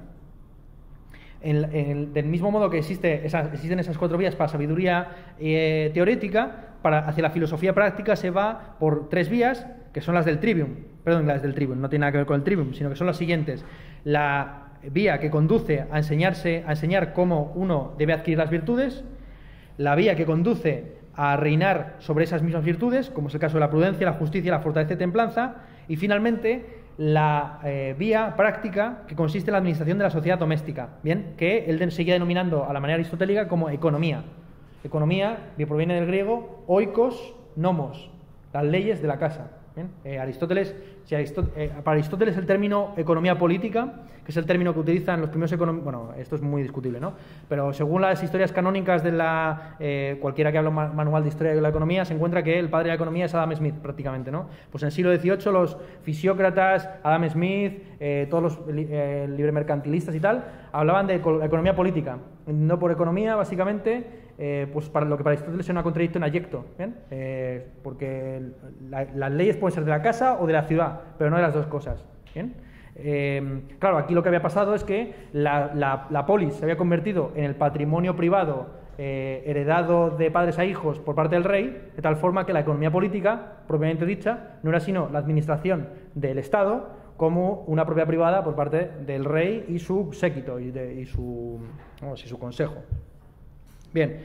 Speaker 1: Del mismo modo que existen esas cuatro vías para sabiduría teorética, hacia la filosofía práctica se va por tres vías, que son las del trivium. Perdón, las del trivium, no tiene nada que ver con el trivium, sino que son las siguientes. La vía que conduce a enseñar cómo uno debe adquirir las virtudes, la vía que conduce a reinar sobre esas mismas virtudes, como es el caso de la prudencia, la justicia, la fortaleza y templanza, y finalmente la vía práctica, que consiste en la administración de la sociedad doméstica, bien, que él seguía denominando a la manera aristotélica como economía. Economía que proviene del griego oikos nomos, las leyes de la casa. Bien, para Aristóteles el término economía política, que es el término que utilizan los primeros economistas, bueno, esto es muy discutible, ¿no? Pero según las historias canónicas de cualquiera que hable un manual de historia de la economía, se encuentra que el padre de la economía es Adam Smith, prácticamente, ¿no? Pues en el siglo XVIII los fisiócratas, Adam Smith, todos los libremercantilistas y tal, hablaban de economía política, no por economía, básicamente, pues para lo que para Aristóteles es una contradicción ayecto, ¿bien? Porque las leyes pueden ser de la casa o de la ciudad, pero no de las dos cosas, ¿bien? Claro, aquí lo que había pasado es que la polis se había convertido en el patrimonio privado heredado de padres a hijos por parte del rey, de tal forma que la economía política, propiamente dicha, no era sino la administración del Estado como una propiedad privada por parte del rey y su séquito y su consejo. Bien,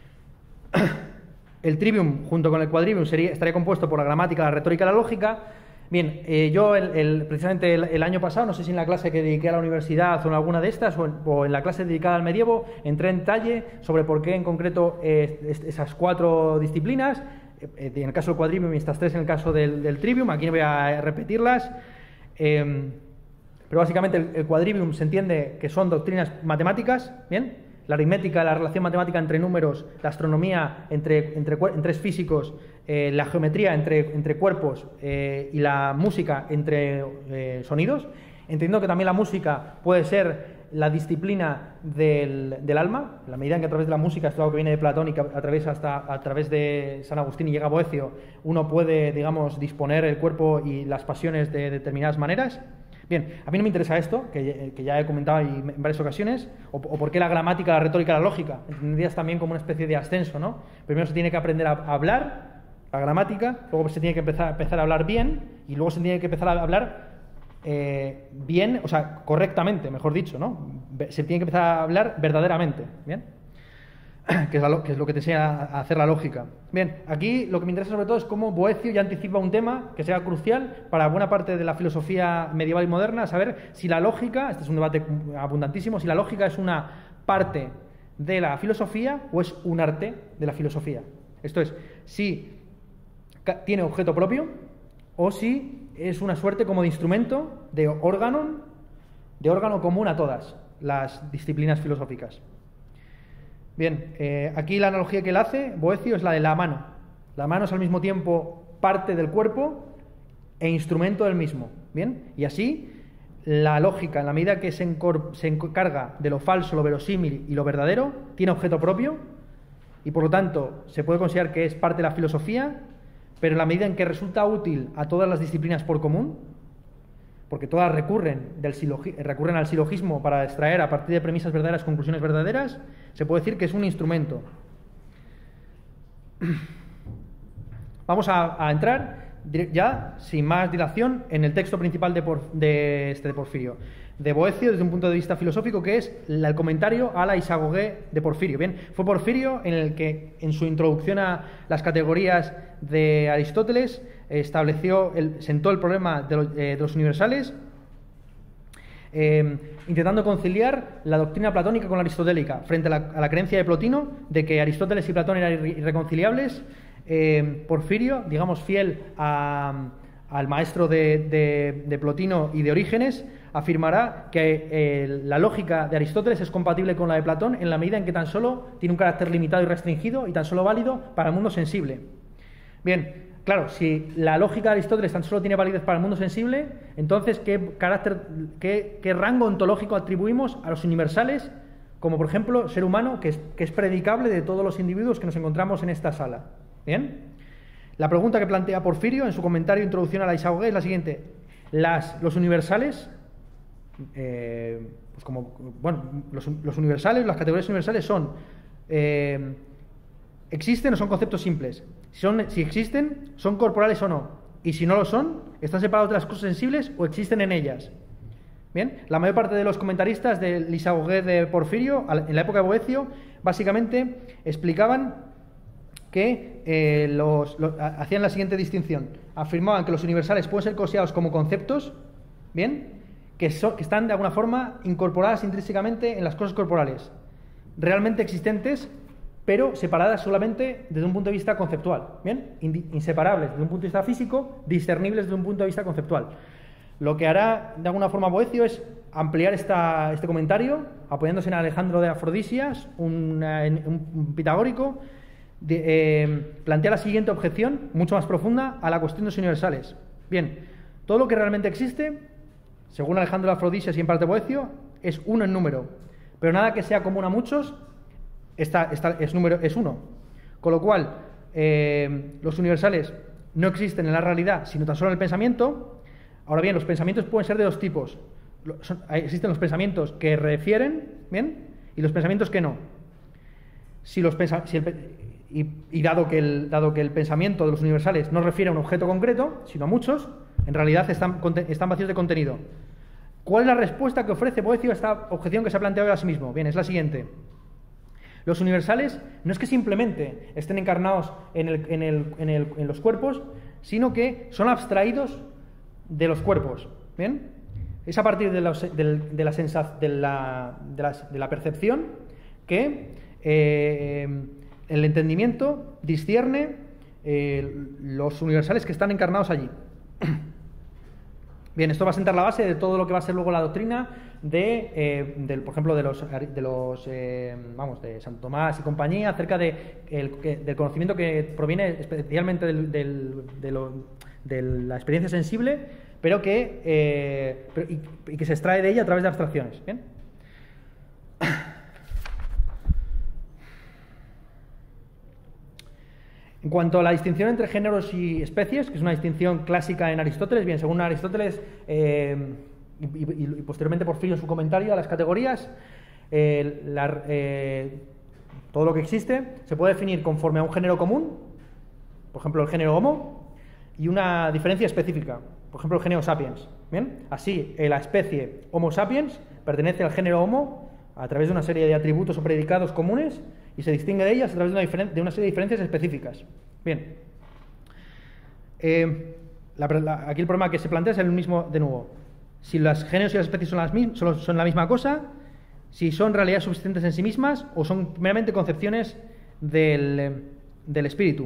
Speaker 1: el trivium junto con el quadrivium estaría compuesto por la gramática, la retórica y la lógica. Bien, yo precisamente el año pasado, no sé si en la clase que dediqué a la universidad o en alguna de estas, o en la clase dedicada al medievo, entré en detalle sobre por qué en concreto esas 4 disciplinas, en el caso del quadrivium y estas 3 en el caso del trivium. Aquí no voy a repetirlas, pero básicamente el quadrivium se entiende que son doctrinas matemáticas, ¿bien? La aritmética, la relación matemática entre números, la astronomía entre físicos, la geometría entre cuerpos y la música entre sonidos. Entiendo que también la música puede ser la disciplina del alma, en la medida en que a través de la música, esto es algo que viene de Platón y que a través de San Agustín y llega a Boecio, uno puede, digamos, disponer el cuerpo y las pasiones de determinadas maneras. Bien, a mí no me interesa esto, que ya he comentado en varias ocasiones, o por qué la gramática, la retórica, la lógica, entendidas también como una especie de ascenso, ¿no? Primero se tiene que aprender a hablar, la gramática, luego se tiene que empezar a hablar bien, y luego se tiene que empezar a hablar bien, o sea, correctamente, mejor dicho, ¿no? Se tiene que empezar a hablar verdaderamente, ¿bien? Que es lo que te enseña a hacer la lógica. Bien, aquí lo que me interesa sobre todo es cómo Boecio ya anticipa un tema que sea crucial para buena parte de la filosofía medieval y moderna, saber si la lógica, este es un debate abundantísimo, si la lógica es una parte de la filosofía o es un arte de la filosofía. Esto es, si tiene objeto propio o si es una suerte como de instrumento, de órgano común a todas las disciplinas filosóficas. Bien, aquí la analogía que él hace, Boecio, es la de la mano. La mano es al mismo tiempo parte del cuerpo e instrumento del mismo. Bien, y así la lógica, en la medida que se encarga de lo falso, lo verosímil y lo verdadero, tiene objeto propio y por lo tanto se puede considerar que es parte de la filosofía, pero en la medida en que resulta útil a todas las disciplinas por común, porque todas recurren al silogismo para extraer a partir de premisas verdaderas conclusiones verdaderas, se puede decir que es un instrumento. Vamos a entrar ya, sin más dilación, en el texto principal de Porfirio, de Boecio, desde un punto de vista filosófico, que es el comentario a la Isagoge de Porfirio. Bien, fue Porfirio en el que, en su introducción a las categorías de Aristóteles, sentó el problema de los universales, intentando conciliar la doctrina platónica con la aristotélica, frente a la creencia de Plotino de que Aristóteles y Platón eran irreconciliables. Porfirio, digamos, fiel al maestro de Plotino y de Orígenes, afirmará que la lógica de Aristóteles es compatible con la de Platón en la medida en que tan solo tiene un carácter limitado y restringido y tan solo válido para el mundo sensible. Bien, claro, si la lógica de Aristóteles tan solo tiene validez para el mundo sensible, entonces ¿qué rango ontológico atribuimos a los universales, como por ejemplo ser humano, que es predicable de todos los individuos que nos encontramos en esta sala? Bien, la pregunta que plantea Porfirio en su comentario de introducción a la Isagoge es la siguiente: los universales, los universales, las categorías universales son ¿existen o son conceptos simples? Si existen, ¿son corporales o no? Y si no lo son, ¿están separados de las cosas sensibles o existen en ellas? Bien, la mayor parte de los comentaristas del Isagoge de Porfirio, en la época de Boecio, básicamente explicaban que hacían la siguiente distinción. Afirmaban que los universales pueden ser considerados como conceptos, bien, que están de alguna forma incorporadas intrínsecamente en las cosas corporales, realmente existentes, pero separadas solamente desde un punto de vista conceptual, ¿bien? Inseparables desde un punto de vista físico, discernibles desde un punto de vista conceptual. Lo que hará de alguna forma Boecio es ampliar este comentario, apoyándose en Alejandro de Afrodisias, un pitagórico, plantea la siguiente objeción, mucho más profunda, a la cuestión de los universales. Bien, todo lo que realmente existe, según Alejandro de Afrodisias y en parte Boecio, es uno en número, pero nada que sea común a muchos es uno. Con lo cual, los universales no existen en la realidad, sino tan solo en el pensamiento. Ahora bien, los pensamientos pueden ser de dos tipos. Existen los pensamientos que refieren, ¿bien? Y los pensamientos que no. si los y dado que el pensamiento de los universales no refiere a un objeto concreto, sino a muchos, en realidad están vacíos de contenido. ¿Cuál es la respuesta que ofrece Boecio a esta objeción que se ha planteado él a sí mismo? Bien, es la siguiente. Los universales no es que simplemente estén encarnados en los cuerpos, sino que son abstraídos de los cuerpos. ¿Bien? Es a partir de la percepción que el entendimiento discierne los universales que están encarnados allí. Bien, esto va a sentar la base de todo lo que va a ser luego la doctrina por ejemplo, de Santo Tomás y compañía, acerca del conocimiento que proviene especialmente de la experiencia sensible, pero que se extrae de ella a través de abstracciones. ¿Bien? En cuanto a la distinción entre géneros y especies, que es una distinción clásica en Aristóteles, bien, según Aristóteles y posteriormente Porfirio en su comentario a las categorías, todo lo que existe se puede definir conforme a un género común, por ejemplo el género Homo, y una diferencia específica, por ejemplo el género Sapiens. ¿Bien? Así, la especie Homo sapiens pertenece al género Homo a través de una serie de atributos o predicados comunes y se distingue de ellas a través de una serie de diferencias específicas. Bien. Aquí el problema que se plantea es el mismo de nuevo. Si los géneros y las especies son la misma cosa, si son realidades subsistentes en sí mismas o son meramente concepciones del espíritu.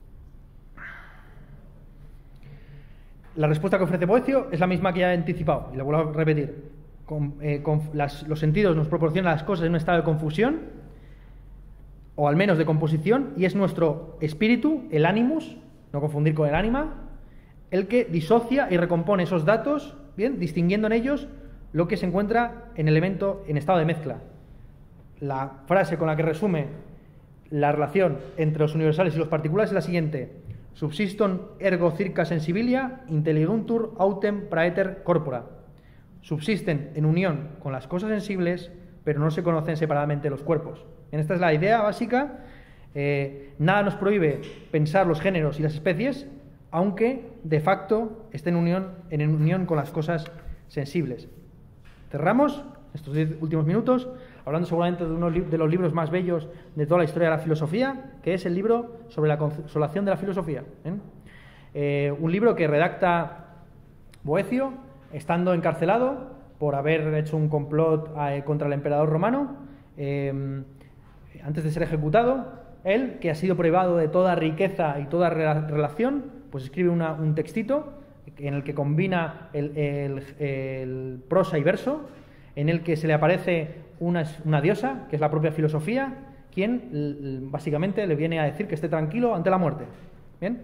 Speaker 1: La respuesta que ofrece Boecio es la misma que ya he anticipado, y la vuelvo a repetir. Los sentidos nos proporcionan las cosas en un estado de confusión, o al menos de composición, y es nuestro espíritu, el animus, no confundir con el ánima, el que disocia y recompone esos datos, bien, distinguiendo en ellos lo que se encuentra en elemento en estado de mezcla. La frase con la que resume la relación entre los universales y los particulares es la siguiente: subsiston ergo circa sensibilia intelliguntur autem praeter corpora. Subsisten en unión con las cosas sensibles, pero no se conocen separadamente los cuerpos. Esta es la idea básica. Nada nos prohíbe pensar los géneros y las especies, aunque de facto estén en unión con las cosas sensibles. Cerramos estos 10 últimos minutos hablando seguramente de uno de los libros más bellos de toda la historia de la filosofía, que es el libro sobre la consolación de la filosofía. Un libro que redacta Boecio estando encarcelado por haber hecho un complot contra el emperador romano, antes de ser ejecutado. Él, que ha sido privado de toda riqueza y toda relación, pues escribe un textito en el que combina el prosa y verso, en el que se le aparece una diosa, que es la propia filosofía, quien básicamente le viene a decir que esté tranquilo ante la muerte. ¿Bien?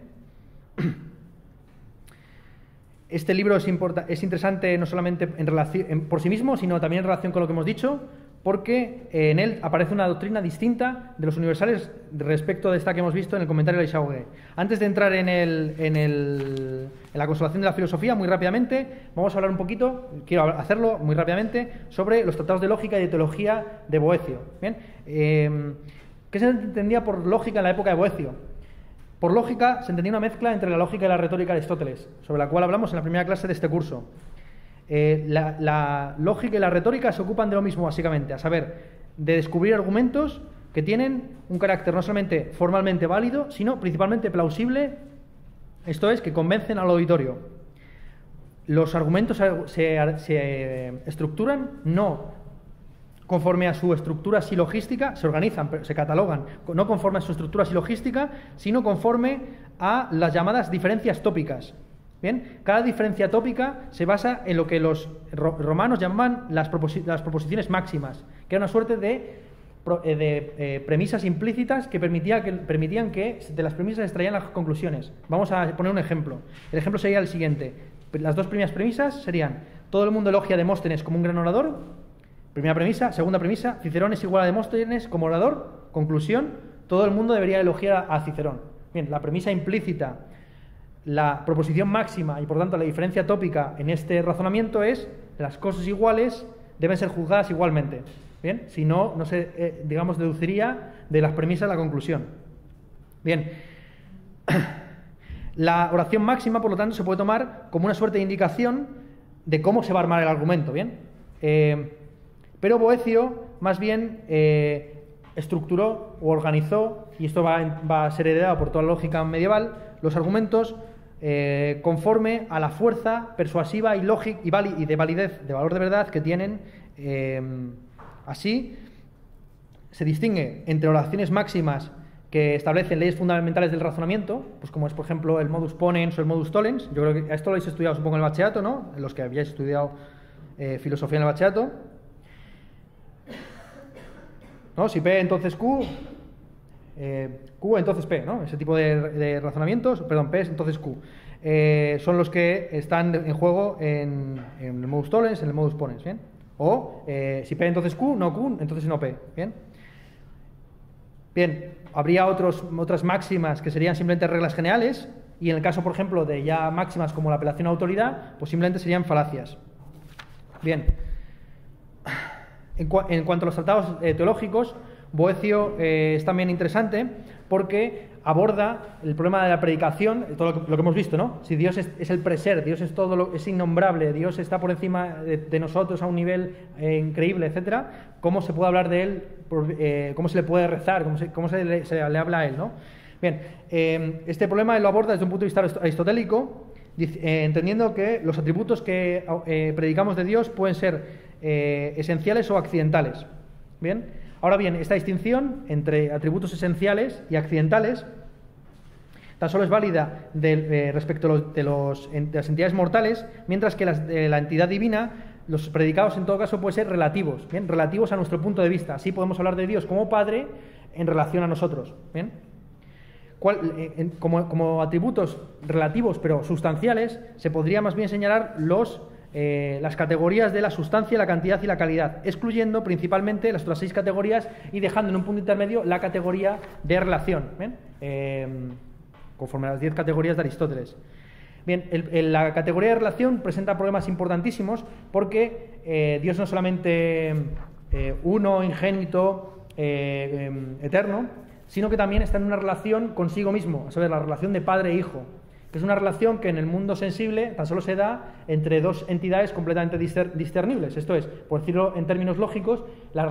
Speaker 1: Este libro es interesante no solamente por sí mismo, sino también en relación con lo que hemos dicho, porque en él aparece una doctrina distinta de los universales respecto de esta que hemos visto en el comentario de Isaure. Antes de entrar en la consolación de la filosofía, muy rápidamente, vamos a hablar un poquito, quiero hacerlo muy rápidamente, sobre los tratados de lógica y de teología de Boecio. ¿Bien? ¿Qué se entendía por lógica en la época de Boecio? Por lógica se entendía una mezcla entre la lógica y la retórica de Aristóteles, sobre la cual hablamos en la primera clase de este curso. La lógica y la retórica se ocupan de lo mismo, básicamente, a saber, de descubrir argumentos que tienen un carácter no solamente formalmente válido, sino principalmente plausible, esto es, que convencen al auditorio. Los argumentos se estructuran no conforme a su estructura silogística, se organizan, se catalogan, no conforme a su estructura silogística, sino conforme a las llamadas diferencias tópicas. Bien, cada diferencia tópica se basa en lo que los romanos llamaban las proposiciones máximas, que era una suerte de premisas implícitas que permitían que de las premisas se extraían las conclusiones. Vamos a poner un ejemplo. El ejemplo sería el siguiente. Las dos primeras premisas serían: todo el mundo elogia a Demóstenes como un gran orador. Primera premisa. Segunda premisa: Cicerón es igual a Demóstenes como orador. Conclusión: todo el mundo debería elogiar a Cicerón. Bien, la premisa implícita, la proposición máxima y por tanto la diferencia tópica en este razonamiento es: las cosas iguales deben ser juzgadas igualmente. Bien, si no, no se, digamos, deduciría de las premisas la conclusión. Bien, la oración máxima, por lo tanto, se puede tomar como una suerte de indicación de cómo se va a armar el argumento, ¿bien? Pero Boecio, más bien, estructuró o organizó, y esto va a ser heredado por toda la lógica medieval, los argumentos conforme a la fuerza persuasiva y lógica y de validez, de valor de verdad que tienen. Así, se distingue entre oraciones máximas que establecen leyes fundamentales del razonamiento, pues como es, por ejemplo, el modus ponens o el modus tollens. Yo creo que esto lo habéis estudiado, supongo, en el bachillerato, ¿no? Los que habíais estudiado filosofía en el bachillerato. ¿No? Si P, entonces Q, Q, entonces P, ¿no? Ese tipo de razonamientos, perdón, P, entonces Q. Son los que están en juego en el modus tollens, en el modus ponens, ¿bien? O si P, entonces Q, no Q, entonces no P, ¿bien? Bien, habría otras máximas que serían simplemente reglas generales, y en el caso, por ejemplo, de ya máximas como la apelación a autoridad, pues simplemente serían falacias. Bien, en cuanto a los tratados teológicos, Boecio es también interesante porque aborda el problema de la predicación, todo lo que hemos visto, ¿no? Si Dios es el preser, Dios es todo, es innombrable, Dios está por encima de nosotros a un nivel increíble, etcétera, ¿cómo se puede hablar de Él? ¿Cómo se le puede rezar? ¿Cómo se le habla a Él, ¿no? Bien, este problema él lo aborda desde un punto de vista aristotélico, entendiendo que los atributos que predicamos de Dios pueden ser esenciales o accidentales. Bien. Ahora bien, esta distinción entre atributos esenciales y accidentales tan solo es válida respecto de las entidades mortales, mientras que la entidad divina, los predicados en todo caso pueden ser relativos, ¿bien? Relativos a nuestro punto de vista. Así podemos hablar de Dios como Padre en relación a nosotros, ¿bien? Como atributos relativos pero sustanciales, se podría más bien señalar las categorías de la sustancia, la cantidad y la calidad, excluyendo principalmente las otras 6 categorías y dejando en un punto intermedio la categoría de relación, ¿bien? Conforme a las 10 categorías de Aristóteles. Bien, la categoría de relación presenta problemas importantísimos porque Dios no es solamente uno, ingénito, eterno, sino que también está en una relación consigo mismo, a saber, la relación de padre e hijo, que es una relación que en el mundo sensible tan solo se da entre dos entidades completamente discernibles. Esto es, por decirlo en términos lógicos, la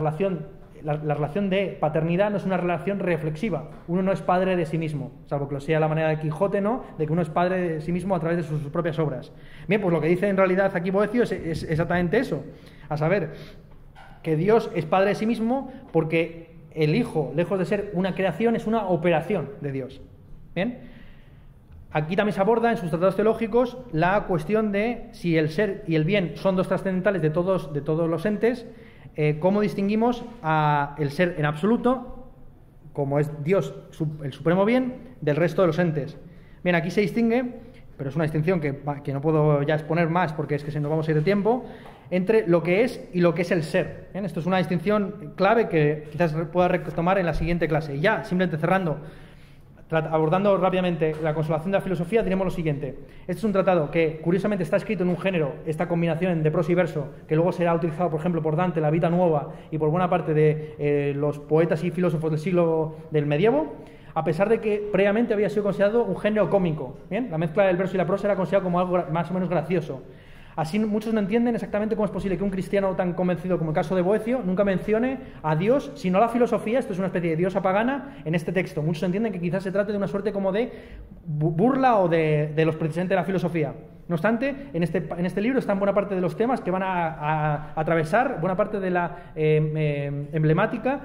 Speaker 1: relación de paternidad no es una relación reflexiva. Uno no es padre de sí mismo, salvo que lo sea la manera de Quijote, ¿no?, de que uno es padre de sí mismo a través de sus propias obras. Bien, pues lo que dice en realidad aquí Boecio es exactamente eso, a saber, que Dios es padre de sí mismo porque el Hijo, lejos de ser una creación, es una operación de Dios. Bien. Aquí también se aborda en sus tratados teológicos la cuestión de si el ser y el bien son dos trascendentales de todos los entes, cómo distinguimos el ser en absoluto, como es Dios, el supremo bien, del resto de los entes. Bien, aquí se distingue, pero es una distinción que no puedo ya exponer más porque es que se nos vamos a ir de tiempo, entre lo que es y lo que es el ser. Bien, esto es una distinción clave que quizás pueda retomar en la siguiente clase. Y ya, simplemente cerrando, abordando rápidamente la consolación de la filosofía, diremos lo siguiente. Este es un tratado que, curiosamente, está escrito en un género, esta combinación de prosa y verso, que luego será utilizado, por ejemplo, por Dante, la Vita Nuova, y por buena parte de los poetas y filósofos del siglo del medievo, a pesar de que previamente había sido considerado un género cómico. ¿Bien? La mezcla del verso y la prosa era considerada como algo más o menos gracioso. Así muchos no entienden exactamente cómo es posible que un cristiano tan convencido como el caso de Boecio nunca mencione a Dios, sino a la filosofía. Esto es una especie de diosa pagana en este texto. Muchos entienden que quizás se trate de una suerte como de burla o de los presidentes de la filosofía. No obstante, en este libro están buena parte de los temas que van a atravesar buena parte de la emblemática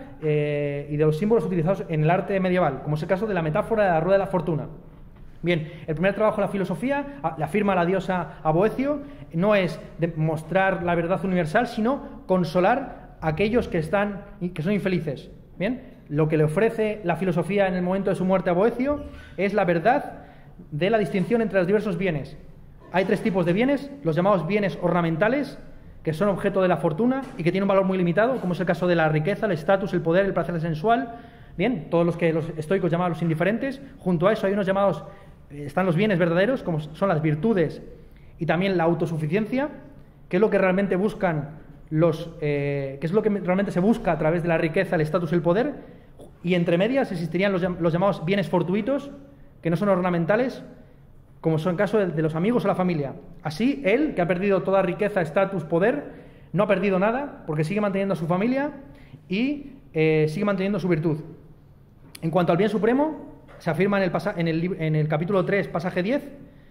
Speaker 1: y de los símbolos utilizados en el arte medieval, como es el caso de la metáfora de la rueda de la fortuna. Bien, el primer trabajo de la filosofía, le afirma la diosa a Boecio, no es demostrar la verdad universal, sino consolar a aquellos que son infelices. Bien, lo que le ofrece la filosofía en el momento de su muerte a Boecio es la verdad de la distinción entre los diversos bienes. Hay 3 tipos de bienes, los llamados bienes ornamentales, que son objeto de la fortuna y que tienen un valor muy limitado, como es el caso de la riqueza, el estatus, el poder, el placer sensual. Bien, todos los que los estoicos llamaban los indiferentes. Junto a eso hay unos llamados, están los bienes verdaderos, como son las virtudes y también la autosuficiencia, que es lo que realmente buscan que es lo que realmente se busca a través de la riqueza, el estatus y el poder, y entre medias existirían los llamados bienes fortuitos, que no son ornamentales, como son el caso de los amigos o la familia. Así, él, que ha perdido toda riqueza, estatus, poder, no ha perdido nada, porque sigue manteniendo a su familia y sigue manteniendo su virtud. En cuanto al bien supremo, se afirma en el capítulo 3, pasaje 10,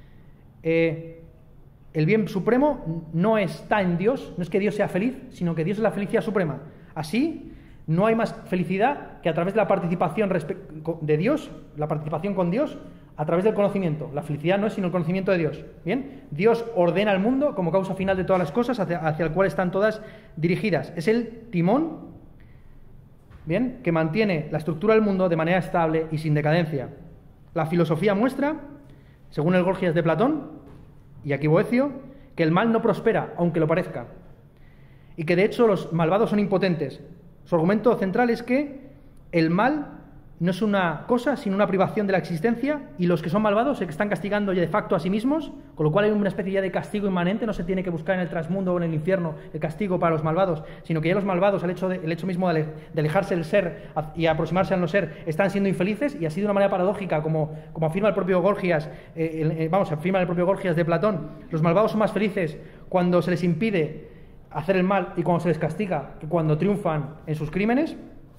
Speaker 1: el bien supremo no está en Dios, no es que Dios sea feliz, sino que Dios es la felicidad suprema. Así, no hay más felicidad que a través de la participación de Dios, la participación con Dios, a través del conocimiento. La felicidad no es sino el conocimiento de Dios. ¿Bien? Dios ordena el mundo como causa final de todas las cosas hacia el cual están todas dirigidas. Es el timón, ¿bien?, que mantiene la estructura del mundo de manera estable y sin decadencia. La filosofía muestra, según el Gorgias de Platón, y aquí Boecio, que el mal no prospera, aunque lo parezca, y que de hecho los malvados son impotentes. Su argumento central es que el mal no es una cosa, sino una privación de la existencia, y los que son malvados se están castigando ya de facto a sí mismos, con lo cual hay una especie ya de castigo inmanente. No se tiene que buscar en el trasmundo o en el infierno el castigo para los malvados, sino que ya los malvados, el hecho mismo de alejarse del ser y aproximarse al no ser, están siendo infelices, y así de una manera paradójica, como afirma el propio Gorgias, afirma el propio Gorgias de Platón, los malvados son más felices cuando se les impide hacer el mal y cuando se les castiga que cuando triunfan en sus crímenes.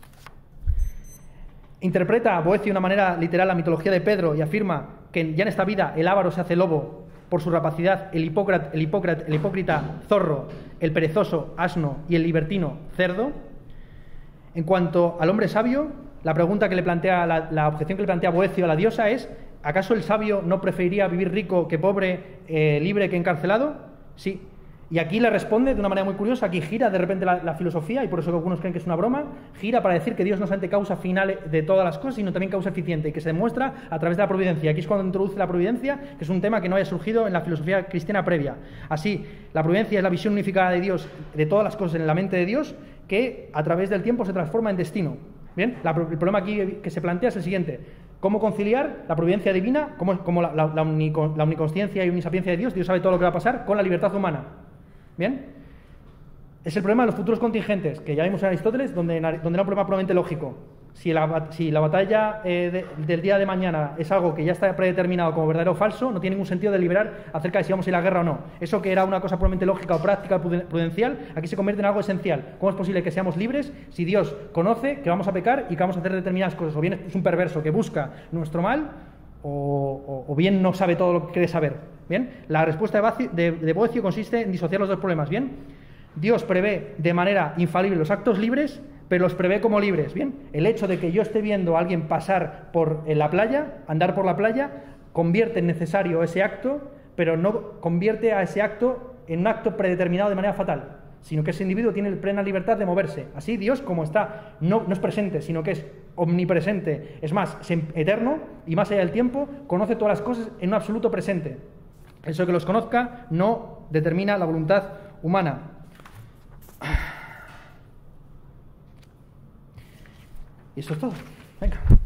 Speaker 1: Interpreta a Boecio de una manera literal la mitología de Pedro y afirma que ya en esta vida el avaro se hace lobo por su rapacidad, el hipócrita zorro, el perezoso asno y el libertino cerdo. En cuanto al hombre sabio, la pregunta que le plantea, la objeción que le plantea Boecio a la diosa es: ¿acaso el sabio no preferiría vivir rico que pobre, libre que encarcelado? Sí. Y aquí le responde de una manera muy curiosa. Aquí gira de repente la filosofía, y por eso algunos creen que es una broma, gira para decir que Dios no es solamente causa final de todas las cosas, sino también causa eficiente, y que se demuestra a través de la providencia. Aquí es cuando introduce la providencia, que es un tema que no haya surgido en la filosofía cristiana previa. Así, la providencia es la visión unificada de Dios, de todas las cosas en la mente de Dios, que a través del tiempo se transforma en destino. Bien, el problema aquí que se plantea es el siguiente: ¿cómo conciliar la providencia divina, como la omniconsciencia y omnisapiencia de Dios? Dios sabe todo lo que va a pasar, con la libertad humana. Bien, es el problema de los futuros contingentes, que ya vimos en Aristóteles, donde era un problema puramente lógico. Si la batalla del día de mañana es algo que ya está predeterminado como verdadero o falso, no tiene ningún sentido deliberar acerca de si vamos a ir a la guerra o no. Eso que era una cosa puramente lógica o práctica prudencial, aquí se convierte en algo esencial. ¿Cómo es posible que seamos libres si Dios conoce que vamos a pecar y que vamos a hacer determinadas cosas? O bien es un perverso que busca nuestro mal, o bien no sabe todo lo que quiere saber. Bien, la respuesta de Boecio consiste en disociar los dos problemas. Bien, Dios prevé de manera infalible los actos libres, pero los prevé como libres. Bien, el hecho de que yo esté viendo a alguien pasar por la playa, andar por la playa, convierte en necesario ese acto, pero no convierte a ese acto en un acto predeterminado de manera fatal, sino que ese individuo tiene plena libertad de moverse. Así Dios, como está, no es presente, sino que es omnipresente, es más, eterno y más allá del tiempo, conoce todas las cosas en un absoluto presente. Eso que los conozca no determina la voluntad humana. Y eso es todo. Venga.